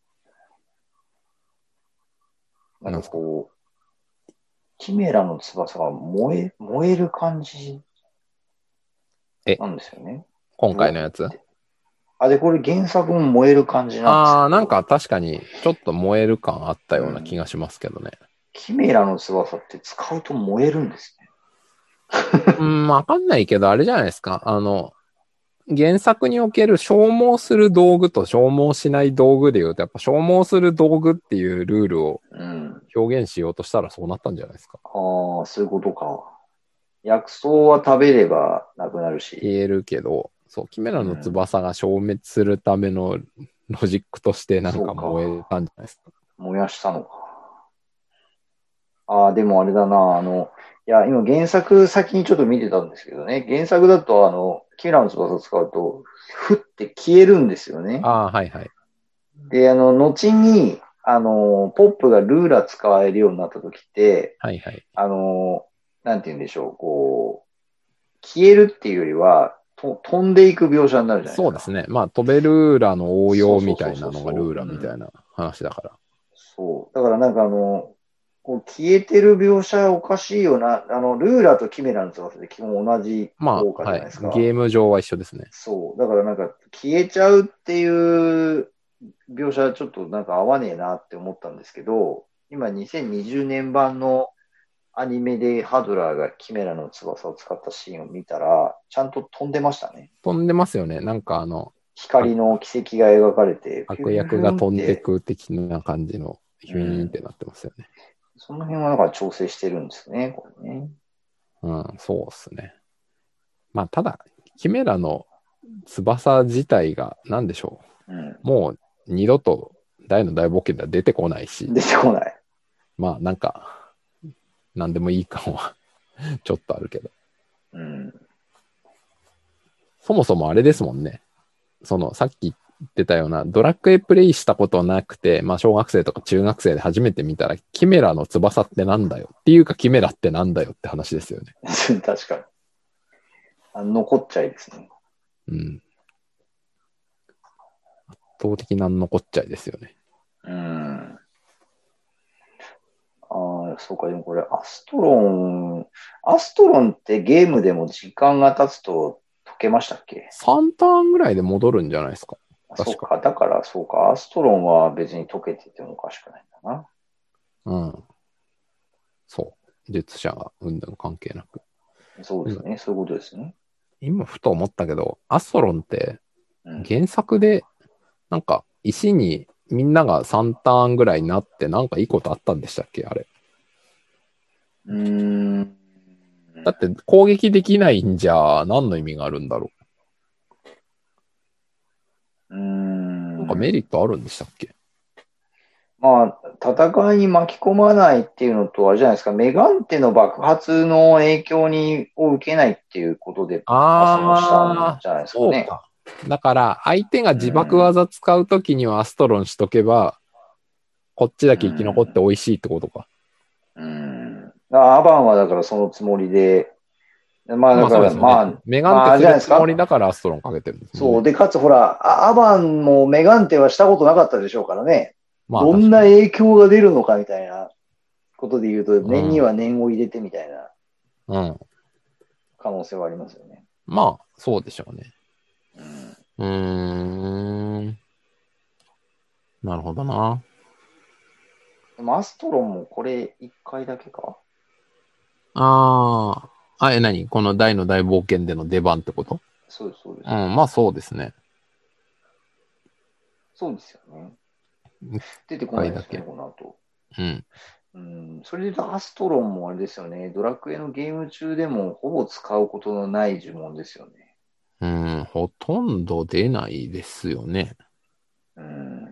Speaker 2: う。なんかこう、キメラの翼が燃え、燃える感じ
Speaker 1: え、
Speaker 2: なんですよね。
Speaker 1: 今回のやつ？
Speaker 2: あ、で、これ原作も燃える感じなんですけど。
Speaker 1: ああ、なんか確かにちょっと燃える感あったような気
Speaker 2: うん、
Speaker 1: がしますけどね。
Speaker 2: キメラの翼って使うと燃えるんですね。
Speaker 1: うん、わかんないけど、あれじゃないですか。あの、原作における消耗する道具と消耗しない道具で言うと、やっぱ消耗する道具っていうルールを
Speaker 2: うん。
Speaker 1: 表現しようとしたらそうなったんじゃないですか。
Speaker 2: ああ、そういうことか。薬草は食べればなくなるし。
Speaker 1: 消えるけど、そう、キメラの
Speaker 2: うん。
Speaker 1: 翼が消滅するためのロジックとしてなんか
Speaker 2: そうか。
Speaker 1: 燃えたんじゃないですか。
Speaker 2: 燃やしたのか。ああ、でもあれだな。あの、いや、今原作先にちょっと見てたんですけどね。原作だと、あの、キメラの翼を使うと、ふって消えるんですよね。
Speaker 1: ああ、はいはい。
Speaker 2: で、あの、後に、あの、ポップがルーラ使えるようになった時って、
Speaker 1: はいはい。
Speaker 2: あの、なんて言うんでしょう、こう、消えるっていうよりは、と飛んでいく描写になるじゃないですか。
Speaker 1: そうですね。まあ、飛べルーラの応用みた
Speaker 2: そうそうそう
Speaker 1: いなのがル
Speaker 2: そうそう。
Speaker 1: ーラみたい
Speaker 2: うん。
Speaker 1: な話だから。
Speaker 2: そう。だからなんかあの、こう消えてる描写おかしいよな。あの、ルーラーとキメラの翼って基本同じ
Speaker 1: まあ、
Speaker 2: 効果じゃない
Speaker 1: はい。ゲ
Speaker 2: ですか。
Speaker 1: ーム上は一緒ですね。
Speaker 2: そう。だからなんか消えちゃうっていう描写ちょっとなんか合わねえなって思ったんですけど、今にせんにじゅうねん版のアニメでハドラーがキメラの翼を使ったシーンを見たら、ちゃんと飛んでましたね。
Speaker 1: 飛んでますよね。なんかあの、あ
Speaker 2: 光の奇跡が描かれて、ピュ
Speaker 1: 悪
Speaker 2: ーピュ
Speaker 1: 役が飛んで
Speaker 2: ーンって、
Speaker 1: く的な感じのヒュイーンっ
Speaker 2: うん。
Speaker 1: てなってますよね。
Speaker 2: その辺はだから調整してるんですね、これね。
Speaker 1: うん、そうっすね。まあ、ただ、キメラの翼自体が、なんでしょ
Speaker 2: うん。
Speaker 1: う。もう二度と大の大冒険では出てこないし、
Speaker 2: 出てこない。
Speaker 1: まあ、なんか、なんでもいい感はちょっとあるけど。
Speaker 2: うん。
Speaker 1: そもそもあれですもんね。その、さっき言ってたような、ドラクエプレイしたことなくて、まあ、小学生とか中学生で初めて見たら、キメラの翼ってなんだよっていうか、キメラってなんだよって話ですよね。
Speaker 2: 確かに。あ残っちゃいですね。
Speaker 1: うん。圧倒的な残っちゃいですよね。
Speaker 2: うん。ああ、そうか、でもこれ、アストロン、アストロンってゲームでも時間が経つと解けましたっけ？
Speaker 1: さんターンぐらいで戻るんじゃないですか。確か。
Speaker 2: あそうか、だからそうか、アストロンは別に解けててもおかしくないんだな。
Speaker 1: うん。そう。術者がうんぬん関係なく。今、
Speaker 2: そうですね、そういうことですね。
Speaker 1: 今ふと思ったけど、アストロンって
Speaker 2: うん。
Speaker 1: 原作で、なんか石にみんながさんターンぐらいになってなんかいいことあったんでしたっけあれ。
Speaker 2: うーん。
Speaker 1: だって攻撃できないんじゃ何の意味があるんだろ
Speaker 2: うー
Speaker 1: う。なんかメ
Speaker 2: ん。
Speaker 1: リットあるんでしたっけ？
Speaker 2: まあ、戦いに巻き込まないっていうのと、あれじゃないですか、メガンテの爆発の影響にを受けないっていうことで発音したん
Speaker 1: ああ、
Speaker 2: じゃないですかね。
Speaker 1: そうか。だから相手が
Speaker 2: う
Speaker 1: 自爆
Speaker 2: ん。
Speaker 1: 技使うときにはアストロンしとけば、こっちだ
Speaker 2: う
Speaker 1: け生き残って
Speaker 2: ん。
Speaker 1: 美味しいってことか。
Speaker 2: うん。アバンはだからそのつもりで、まあだから、
Speaker 1: まあそうですよね。
Speaker 2: まあ、
Speaker 1: メガン
Speaker 2: まああれ
Speaker 1: テするつ
Speaker 2: じゃないですか。
Speaker 1: もりだからアストロンかけてるんですもん
Speaker 2: そう。
Speaker 1: ね。
Speaker 2: で、かつほら、アアバンもメガンテはしたことなかったでしょうからね。どん
Speaker 1: まあ確かに。
Speaker 2: な影響が出るのかみたいなことで言うと、
Speaker 1: うん。
Speaker 2: 念には念を入れてみたいな
Speaker 1: うん。
Speaker 2: 可能性はありますよね。
Speaker 1: まあ、そうでしょうね。
Speaker 2: うん。
Speaker 1: うーん。なるほどな。
Speaker 2: でもアストロンもこれ一回だけか？
Speaker 1: ああ。あ、え、何この大の大冒険での出番ってこと？
Speaker 2: そうです、そうです。
Speaker 1: うん、まあそうですね。
Speaker 2: そうですよね。
Speaker 1: 一
Speaker 2: 出てこないですよね、
Speaker 1: 回だけ。
Speaker 2: この後。
Speaker 1: うん。
Speaker 2: うん、それで言うとアストロンもあれですよね。ドラクエのゲーム中でもほぼ使うことのない呪文ですよね。
Speaker 1: うん、ほとんど出ないですよね。
Speaker 2: うん。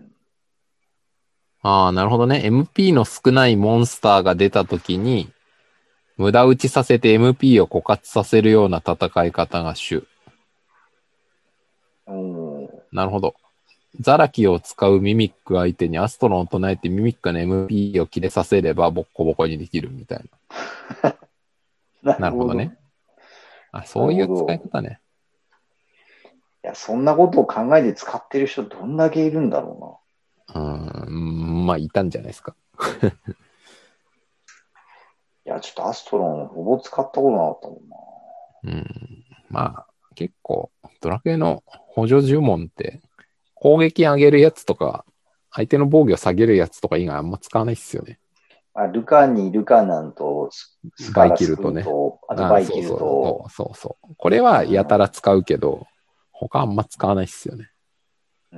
Speaker 1: ああ、なるほどね。エムピー の少ないモンスターが出たときに、無駄打ちさせて エムピー を枯渇させるような戦い方が主。
Speaker 2: おー
Speaker 1: なるほど。ザラキを使うミミック相手にアストロンを唱えてミミックの エムピー を切れさせればボッコボコにできるみたいな。
Speaker 2: な
Speaker 1: なるほどね。あ、そういう使い方ね。
Speaker 2: いや、そんなことを考えて使ってる人どんだけいるんだろ
Speaker 1: うーん、まあ、いたんじゃないですか。
Speaker 2: うな。いや、ちょっとアストロンほぼ使ったことなかったもんな。
Speaker 1: うん。まあ、結構、ドラクエの補助呪文って、攻撃上げるやつとか、相手の防御下げるやつとか以外あんま使わないっすよね。
Speaker 2: まあ、ルカニ、ルカナンとスス
Speaker 1: バイ
Speaker 2: カラスク
Speaker 1: キルとね。
Speaker 2: ーと、あと
Speaker 1: あ、
Speaker 2: バイキル
Speaker 1: そうそう、そ
Speaker 2: と、
Speaker 1: うそうそう。これはやたら使うけど、他あんま使わないっすよね。
Speaker 2: うん。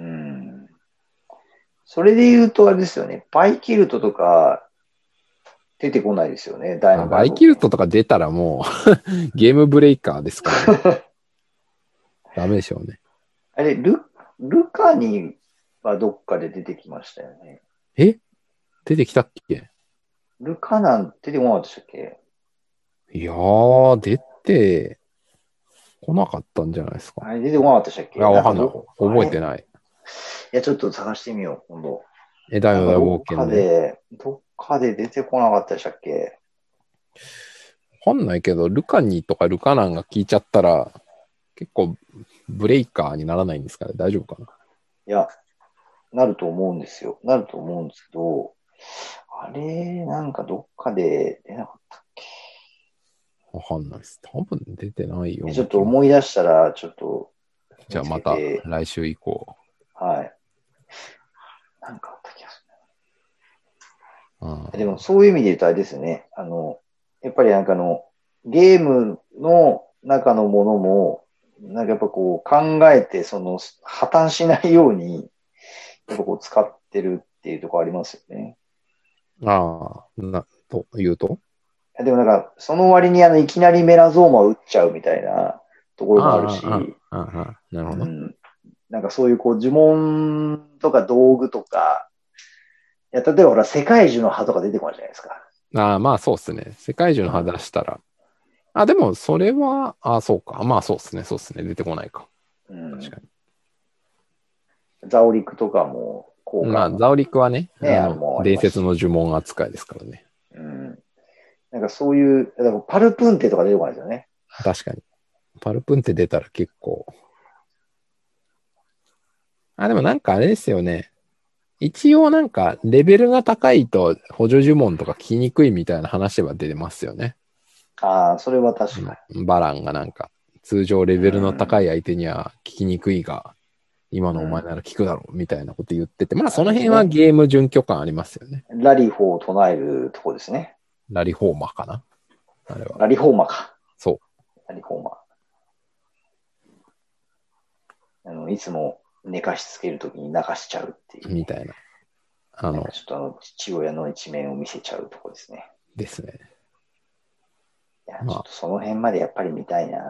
Speaker 2: それで言うとあれですよね。バイキルトとか出てこないですよね。大
Speaker 1: あ、
Speaker 2: の
Speaker 1: バイ
Speaker 2: 大冒険。
Speaker 1: キルトとか出たらもうゲームブレイカーですからね。ダメでしょうね。
Speaker 2: あれ、ル、ルカニはどっかで出てきましたよね。
Speaker 1: え出てきたっけ？
Speaker 2: ルカナン出てこなかったでしたっけ？
Speaker 1: いやー、出てこなかったんじゃないですか。
Speaker 2: あれ出てこなかったでしたっけ？
Speaker 1: いや、わかんない。
Speaker 2: なんかど、あれい
Speaker 1: 覚えてない。
Speaker 2: や、ちょっと探してみよう、今度。
Speaker 1: え、大の大
Speaker 2: なんかどっ
Speaker 1: 冒険ね。
Speaker 2: かで、どっかで出てこなかったでしたっけ？
Speaker 1: わかんないけど、ルカニとかルカナンが聞いちゃったら、結構ブレイカーにならないんですかね。大丈夫かな。
Speaker 2: いや、なると思うんですよ。なると思うんですけど、あれ、なんかどっかで出なかったっけ？
Speaker 1: わかんないです。多分出てないよう
Speaker 2: ちょ
Speaker 1: な気が。
Speaker 2: っと思い出したら、ちょっと見つ
Speaker 1: じゃあまた
Speaker 2: けて、
Speaker 1: 来週以降。
Speaker 2: はい。なんかあった気がす
Speaker 1: うん、
Speaker 2: る。でも、そういう意味で言うとあれですよね。あの、やっぱりなんかあの、ゲームの中のものも、なんかやっぱこう考えて、その、破綻しないように、やっぱこう使ってるっていうところありますよね。
Speaker 1: ああ、な、というと
Speaker 2: でもなんか、その割にあの、いきなりメラゾーマを打っちゃうみたいなところもある
Speaker 1: ああ、あ
Speaker 2: し、
Speaker 1: あ、ああ、ああなるほど。
Speaker 2: うん、なんかそういうこう呪文とか道具とか、いや、例えばほら、世界中の歯とか出てこないじゃないですか。
Speaker 1: ああ、まあそうっすね。世界中の歯出したら。あ、でもそれは、ああ、そうか。まあそうっすね。そうっすね。出てこないか。
Speaker 2: うん、
Speaker 1: 確か
Speaker 2: ザオリクとかも効
Speaker 1: に。
Speaker 2: 果も
Speaker 1: まあ、ザオリクはね、
Speaker 2: ね、あ
Speaker 1: あの、
Speaker 2: もうありますし。
Speaker 1: 伝説の呪文扱いですからね。
Speaker 2: うん、なんかそういう、だからパルプンテとか出てこないですよね。
Speaker 1: 確かに。パルプンって出たら結構。あ、でもなんかあれですよね。一応なんか、レベルが高いと補助呪文とか聞きにくいみたいな話は出てますよね。
Speaker 2: ああ、それは確か
Speaker 1: バランがなんか、通常レ
Speaker 2: に。
Speaker 1: ベルの高い相手には聞きにくいが、今
Speaker 2: うん、
Speaker 1: のお前
Speaker 2: うん、
Speaker 1: なら聞くだろうみたいなこと言ってて、まあ
Speaker 2: あれ
Speaker 1: その
Speaker 2: ですね。
Speaker 1: 辺はゲーム準拠感ありますよね。
Speaker 2: ラリフォーを唱えるとこですね。
Speaker 1: ラリフォーマかなあれは。
Speaker 2: ラリフォーマか。
Speaker 1: そ
Speaker 2: ラリフォーマ。あの、いつも寝かしつけるときに泣かしちゃうってい
Speaker 1: う、
Speaker 2: うね。
Speaker 1: みたいな。あの、
Speaker 2: なんかちょっとあの、父親の一面を見せちゃうとこですね。
Speaker 1: ですね。
Speaker 2: いや、ちょ
Speaker 1: ま
Speaker 2: っとその辺までやっぱり見たいな。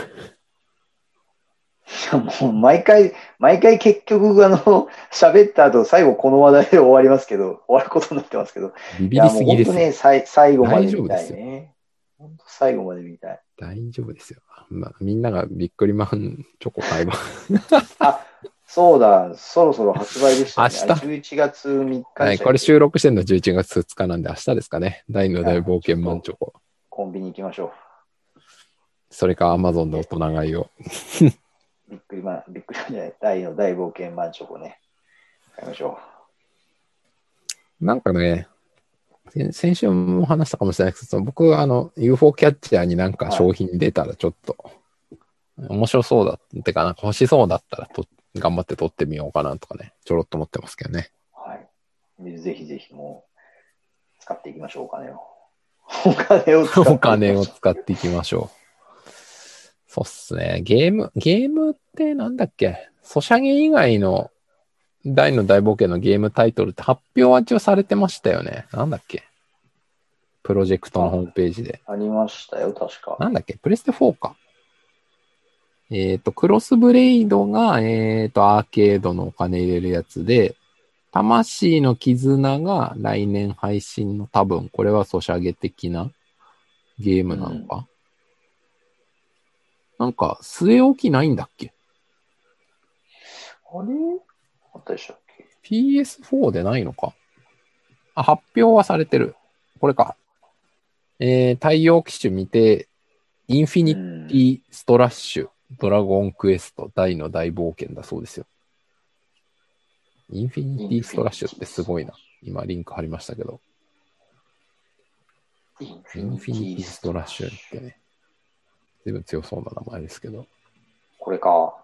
Speaker 2: いやもう毎回、毎回結局あの、喋った後、最後この話題で終わりますけど、終わることになってますけど、
Speaker 1: あ、ビビり
Speaker 2: いや、もう
Speaker 1: すぎですよ。
Speaker 2: 本当ね、さい最後ま
Speaker 1: 大
Speaker 2: で見た
Speaker 1: 丈夫ですよ。
Speaker 2: いね。本当最後まで見たい。
Speaker 1: 大丈夫ですよ。まあ、みんながびっくりマンチョコ買えば。
Speaker 2: あ、そうだ、そろそろ発売でした
Speaker 1: 明
Speaker 2: よね。あれ
Speaker 1: 日。
Speaker 2: じゅういちがつみっか
Speaker 1: はい、
Speaker 2: でしたっけ？
Speaker 1: これ収録してるのじゅういちがつふつかなんで明日ですかね。大の大
Speaker 2: あ
Speaker 1: 冒険
Speaker 2: ちょっと
Speaker 1: マンチョコ。
Speaker 2: コンビニ行きましょ
Speaker 1: それか Amazon で大人買いを。
Speaker 2: う。びっくりマン、びっくりマンじゃない、大の大冒険マンチョコね。買いましょ
Speaker 1: なんかね、先先週も話したかもしれないですけど、僕、あの、ユーフォー キャッチャーになん
Speaker 2: う。
Speaker 1: か
Speaker 2: はい。
Speaker 1: 商品出たらちょっと、面白そうだってか、なんか欲しそうだったらと、頑張って取ってみようかなとかね、ちょろっと思ってますけどね。
Speaker 2: はい。ぜひぜひもう、使っていきましょう、お金を。お金を使
Speaker 1: お
Speaker 2: っていきま
Speaker 1: 金を
Speaker 2: しょ
Speaker 1: 使っていきましょう。そうっすね。ゲーム、ゲームってなんだっけ？ソシャゲ以外の大の大冒険のゲームタイトルって発表は一応されてましたよね。なんだっけ？プロジェク
Speaker 2: う。
Speaker 1: トのホームページで。
Speaker 2: あ、ありましたよ、確か。
Speaker 1: なんだっけ？プレステフォーか。えっと、クロスブレイドが、えっと、アーケードのお金入れるやつで、魂の絆が来年配信の多分、これはソシャゲ的なゲームなのか、うん、なんか、据え置きないんだっけ？
Speaker 2: あれあったでしたっけ？
Speaker 1: ピーエスフォー でないのか？あ、発表はされてる。これか。 えー、太陽機種未定、インフィニティストラッシュ、ドラゴンクエスト、大の大冒険だそうですよ。インフィニティストラッシュってすごいな。今リンク貼りましたけど。
Speaker 2: インフ
Speaker 1: インフィニティストラッシュっ
Speaker 2: ュ。
Speaker 1: てね、随分強そうな名前ですけど。
Speaker 2: これか。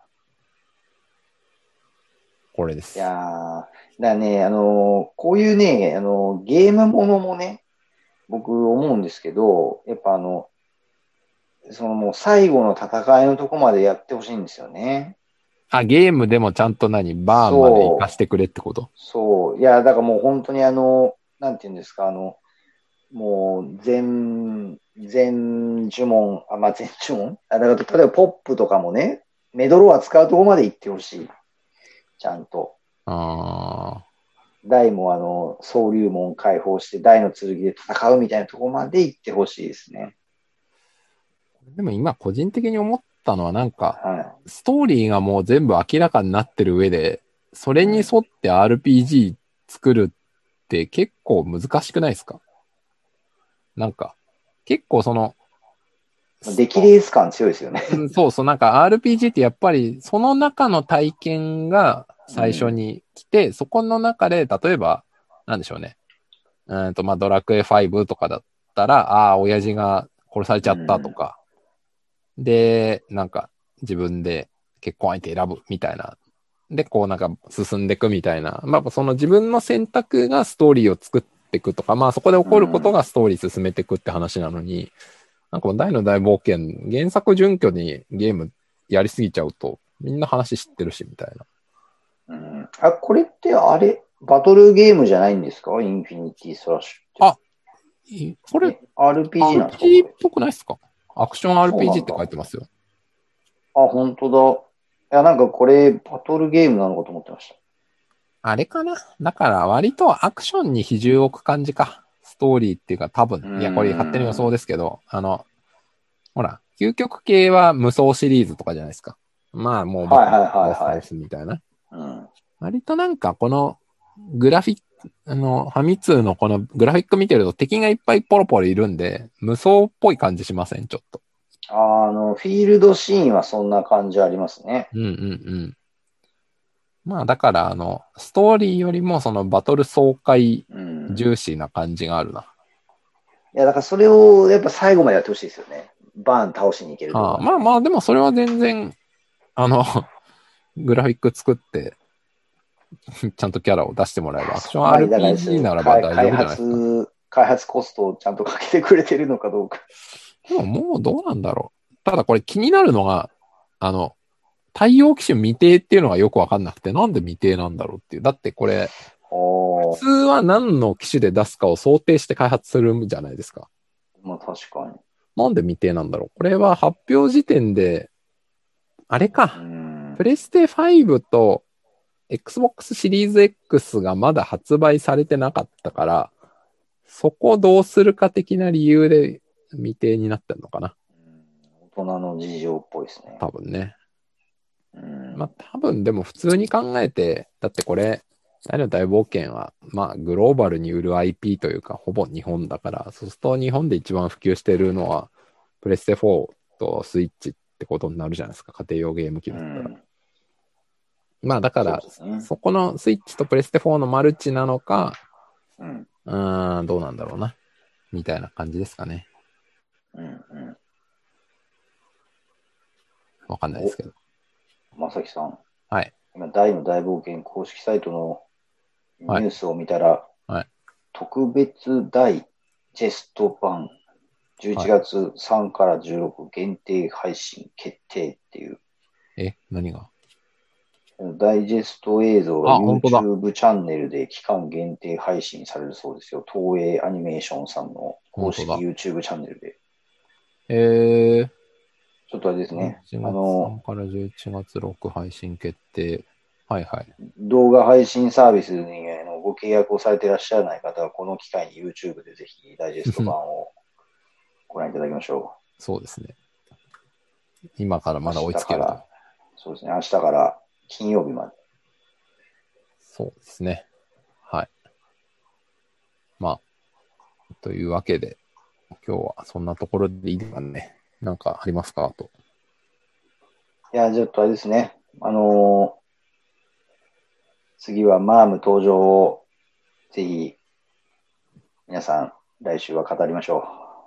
Speaker 1: これです。
Speaker 2: いやー、だからね、あのーこういうね、あのーゲームものもね、僕思うんですけど、やっぱあの、そのもう最後の戦いのとこまでやってほしいんですよね。
Speaker 1: あ、ゲームでもちゃんと何バーンまで行か
Speaker 2: そう、
Speaker 1: してくれってこと？
Speaker 2: そう。いや、だからもう本当にあの、なんていうんですか、あの、もう全、全呪文、あ、まあ、全呪文あ、だから例えばポップとかもね、メドローア使うとこまで行ってほしい。ちゃんと。
Speaker 1: あ
Speaker 2: 大もあの、総流門解放して大の剣で戦うみたいなとこまで行ってほしいですね。
Speaker 1: ー。でも今個人的に思ったのはなんか、
Speaker 2: は
Speaker 1: ストーリーがもう全部明らかになってる上で、それに
Speaker 2: うん
Speaker 1: 沿って アールピージー 作るって結構難しくないですか？なんか、結構その、
Speaker 2: い。出来レース感強いですよね。
Speaker 1: うん、そうそう、なんか アールピージー ってやっぱりその中の体験が最初
Speaker 2: うん。
Speaker 1: に来て、そこの中で、例えば、なんでしょうね。うんと、まあ、ドラクエファイブとかだったら、ああ、親父が殺されちゃったと
Speaker 2: うん。
Speaker 1: か、で、なんか自分で結婚相手選ぶみたいな。で、こうなんか進んでいくみたいな。まあ、その自分の選択がストーリーを作っていくとか、まあそこで起こることがストーリー進めていくって話なのに、なんかもう大の大冒険、原作準拠にゲームやりすぎちゃうと、みんな話知ってるし、みたいな。
Speaker 2: うん。あ、これってあれバトルゲームじゃないんですか？インフィニティスラッシュっ
Speaker 1: あ、いこれ、
Speaker 2: て。え、アールピージー なんですかこ
Speaker 1: アールピージー っ
Speaker 2: れ？
Speaker 1: ぽくないっすか？アクション
Speaker 2: そうな
Speaker 1: アールピージー って
Speaker 2: んだ。
Speaker 1: 書いてますよ。
Speaker 2: あ、本当だ。いや、なんかこれ、バトルゲームなのかと思ってました。
Speaker 1: あれかな？だから割とアクションに比重を置く感じか。ストーリーっていうか多
Speaker 2: うー
Speaker 1: 分。いや、これ勝手に予想
Speaker 2: ん。
Speaker 1: ですけど、あの、ほら、究極系は無双シリーズとかじゃないですか。まあもうボス
Speaker 2: はいはい
Speaker 1: 倒す倒
Speaker 2: はいはい。
Speaker 1: すみたいな。
Speaker 2: うん。
Speaker 1: 割となんかこのグラフィック、あの、ファミ通のこのグラフィック見てると敵がいっぱいポロポロいるんで、無双っぽい感じしません？ちょっと。
Speaker 2: あの、フィールドシーンはそんな感じありますね。
Speaker 1: うんうんうん。まあだからあの、ストーリーよりもそのバトル爽快
Speaker 2: うん。
Speaker 1: 重視な感じがあるな。
Speaker 2: いや、だからそれをやっぱ最後までやってほしいですよね。バーン倒しに行けるとこ
Speaker 1: はあ、
Speaker 2: までね。
Speaker 1: まあまあ、でもそれは全然、あの、グラフィック作って、ちゃんとキャラを出してもらえば、アクション
Speaker 2: まあ、だから
Speaker 1: アールピージー
Speaker 2: す
Speaker 1: ならば大丈
Speaker 2: 開開
Speaker 1: 夫じゃないですか。
Speaker 2: 発、開発コストをちゃんとかけてくれてるのかどうか。
Speaker 1: でももうどうなんだろう。ただこれ気になるのが、あの、太陽機種未定っていうのがよくわかんなくて、なんで未定なんだろうっていう。だってこれ、普
Speaker 2: おー、
Speaker 1: 通は何の機種で出すかを想定して開発するんじゃないですか。
Speaker 2: まあ確かに。
Speaker 1: なんで未定なんだろう。これは発表時点で、あれ
Speaker 2: う
Speaker 1: か。プ
Speaker 2: ん。
Speaker 1: レステファイブと Xbox シリーズ X がまだ発売されてなかったから、そこをどうするか的な理由で未定になってんのかな。
Speaker 2: 大人の事情っぽいですね。
Speaker 1: 多分ね。
Speaker 2: うん。
Speaker 1: まあ多分でも普通に考えて、だってこれ、大の大冒険は、まあグローバルに売る アイピー というか、ほぼ日本だから、そうすると日本で一番普及してるのは、プレステフォーとスイッチってことになるじゃないですか。家庭用ゲーム機
Speaker 2: う
Speaker 1: だったら。
Speaker 2: ん。
Speaker 1: まあだか
Speaker 2: そう
Speaker 1: ら、
Speaker 2: ですね。
Speaker 1: そこのスイッチとプレステフォーのマルチなのか、
Speaker 2: うん。
Speaker 1: うーん、どうなんだろうな。みたいな感じですかね。
Speaker 2: うん。うん。
Speaker 1: わかんないですけど。
Speaker 2: お、まさきさん。
Speaker 1: はい。
Speaker 2: 今、大の大冒険公式サイトの
Speaker 1: はい。
Speaker 2: ニュースを見たら、
Speaker 1: はい。
Speaker 2: 特別大ジェスト版11
Speaker 1: はい。
Speaker 2: 月さんからじゅうろく限定配信決定っていう、
Speaker 1: え、何が？
Speaker 2: ダイジェスト映像が
Speaker 1: あ、本当だ。
Speaker 2: YouTube チャンネルで期間限定配信されるそうですよ。東映アニメーションさんの公式
Speaker 1: 本当だ。
Speaker 2: YouTube チャンネルで。
Speaker 1: えー、
Speaker 2: ちょっとあれですね。
Speaker 1: 11
Speaker 2: あ
Speaker 1: 月
Speaker 2: の、
Speaker 1: さんからじゅういちがつろく配信決定。はいはい。
Speaker 2: 動画配信サービスにあのご契約をされていらっしゃらない方は、この機会に YouTube でぜひダイジェスト版をご覧いただきましょ
Speaker 1: そうですね。今から
Speaker 2: う。明
Speaker 1: まだ追いつけると。
Speaker 2: 日から、そうですね、明日から金曜日まで。
Speaker 1: そうですね。はい。まあ、というわけで、 今日はそんなところでいいですかね。なんかありますかあと。
Speaker 2: いや、ちょっとあれですね。あのー次はマーム登場を、ぜひ、皆さん、来週は語りましょ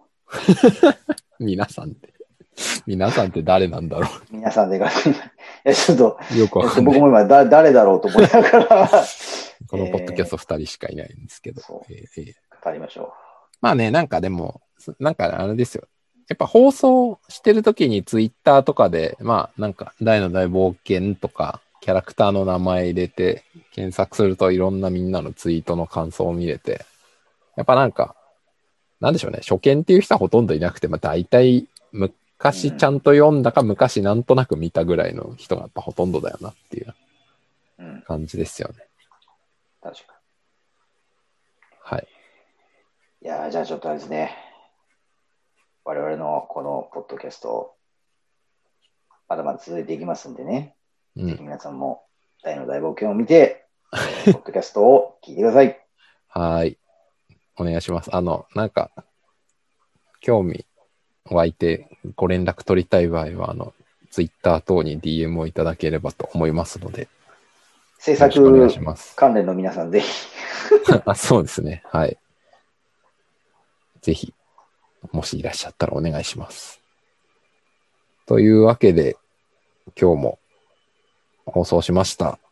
Speaker 1: 皆さんって。皆さんって誰なんだろ
Speaker 2: う。皆さんで語りま、いや、ちょっと、
Speaker 1: う。よくわ
Speaker 2: えっと、
Speaker 1: かんない。
Speaker 2: 僕も今、だ、誰だろうと思いながら、
Speaker 1: このポッドキャス
Speaker 2: え
Speaker 1: トふたりしかいないんですけど。
Speaker 2: ーそ
Speaker 1: えーえー
Speaker 2: う、語りましょ
Speaker 1: まあね、なんかでも、なんかあれですよ。やっぱ放送してる時にツイッターとかで、まあなんか大の大冒険とかキャラクターの名前入れて検索するといろんなみんなのツイートの感想を見れて、やっぱなんか、なんでしょうね、初見っていう人はほとんどいなくて、まあ大体
Speaker 2: う。うん。
Speaker 1: 昔ちゃんと読んだか昔なんとなく見たぐらいの人がやっぱほとんどだよなっていう
Speaker 2: うん。
Speaker 1: 感じですよね。
Speaker 2: 確か
Speaker 1: はい。
Speaker 2: に。いやー、じゃあちょっとあれですね。我々のこのポッドキャスト、まだまだ続いていきますんでね。ぜひ
Speaker 1: うん。
Speaker 2: 皆さんも大の大冒険を見て、えーポッドキャストを聞いてください。
Speaker 1: はい。お願いします。あの、なんか、興味湧いてご連絡取りたい場合は、あの、ツイッター等に ディーエム をいただければと思いますので、
Speaker 2: 制
Speaker 1: よろしくお願いし
Speaker 2: 作
Speaker 1: ます。
Speaker 2: 関連の皆さん、ぜひ。
Speaker 1: あ、そうですね。はい。ぜひ、もしいらっしゃったらお願いします。というわけで、今日も放送しました。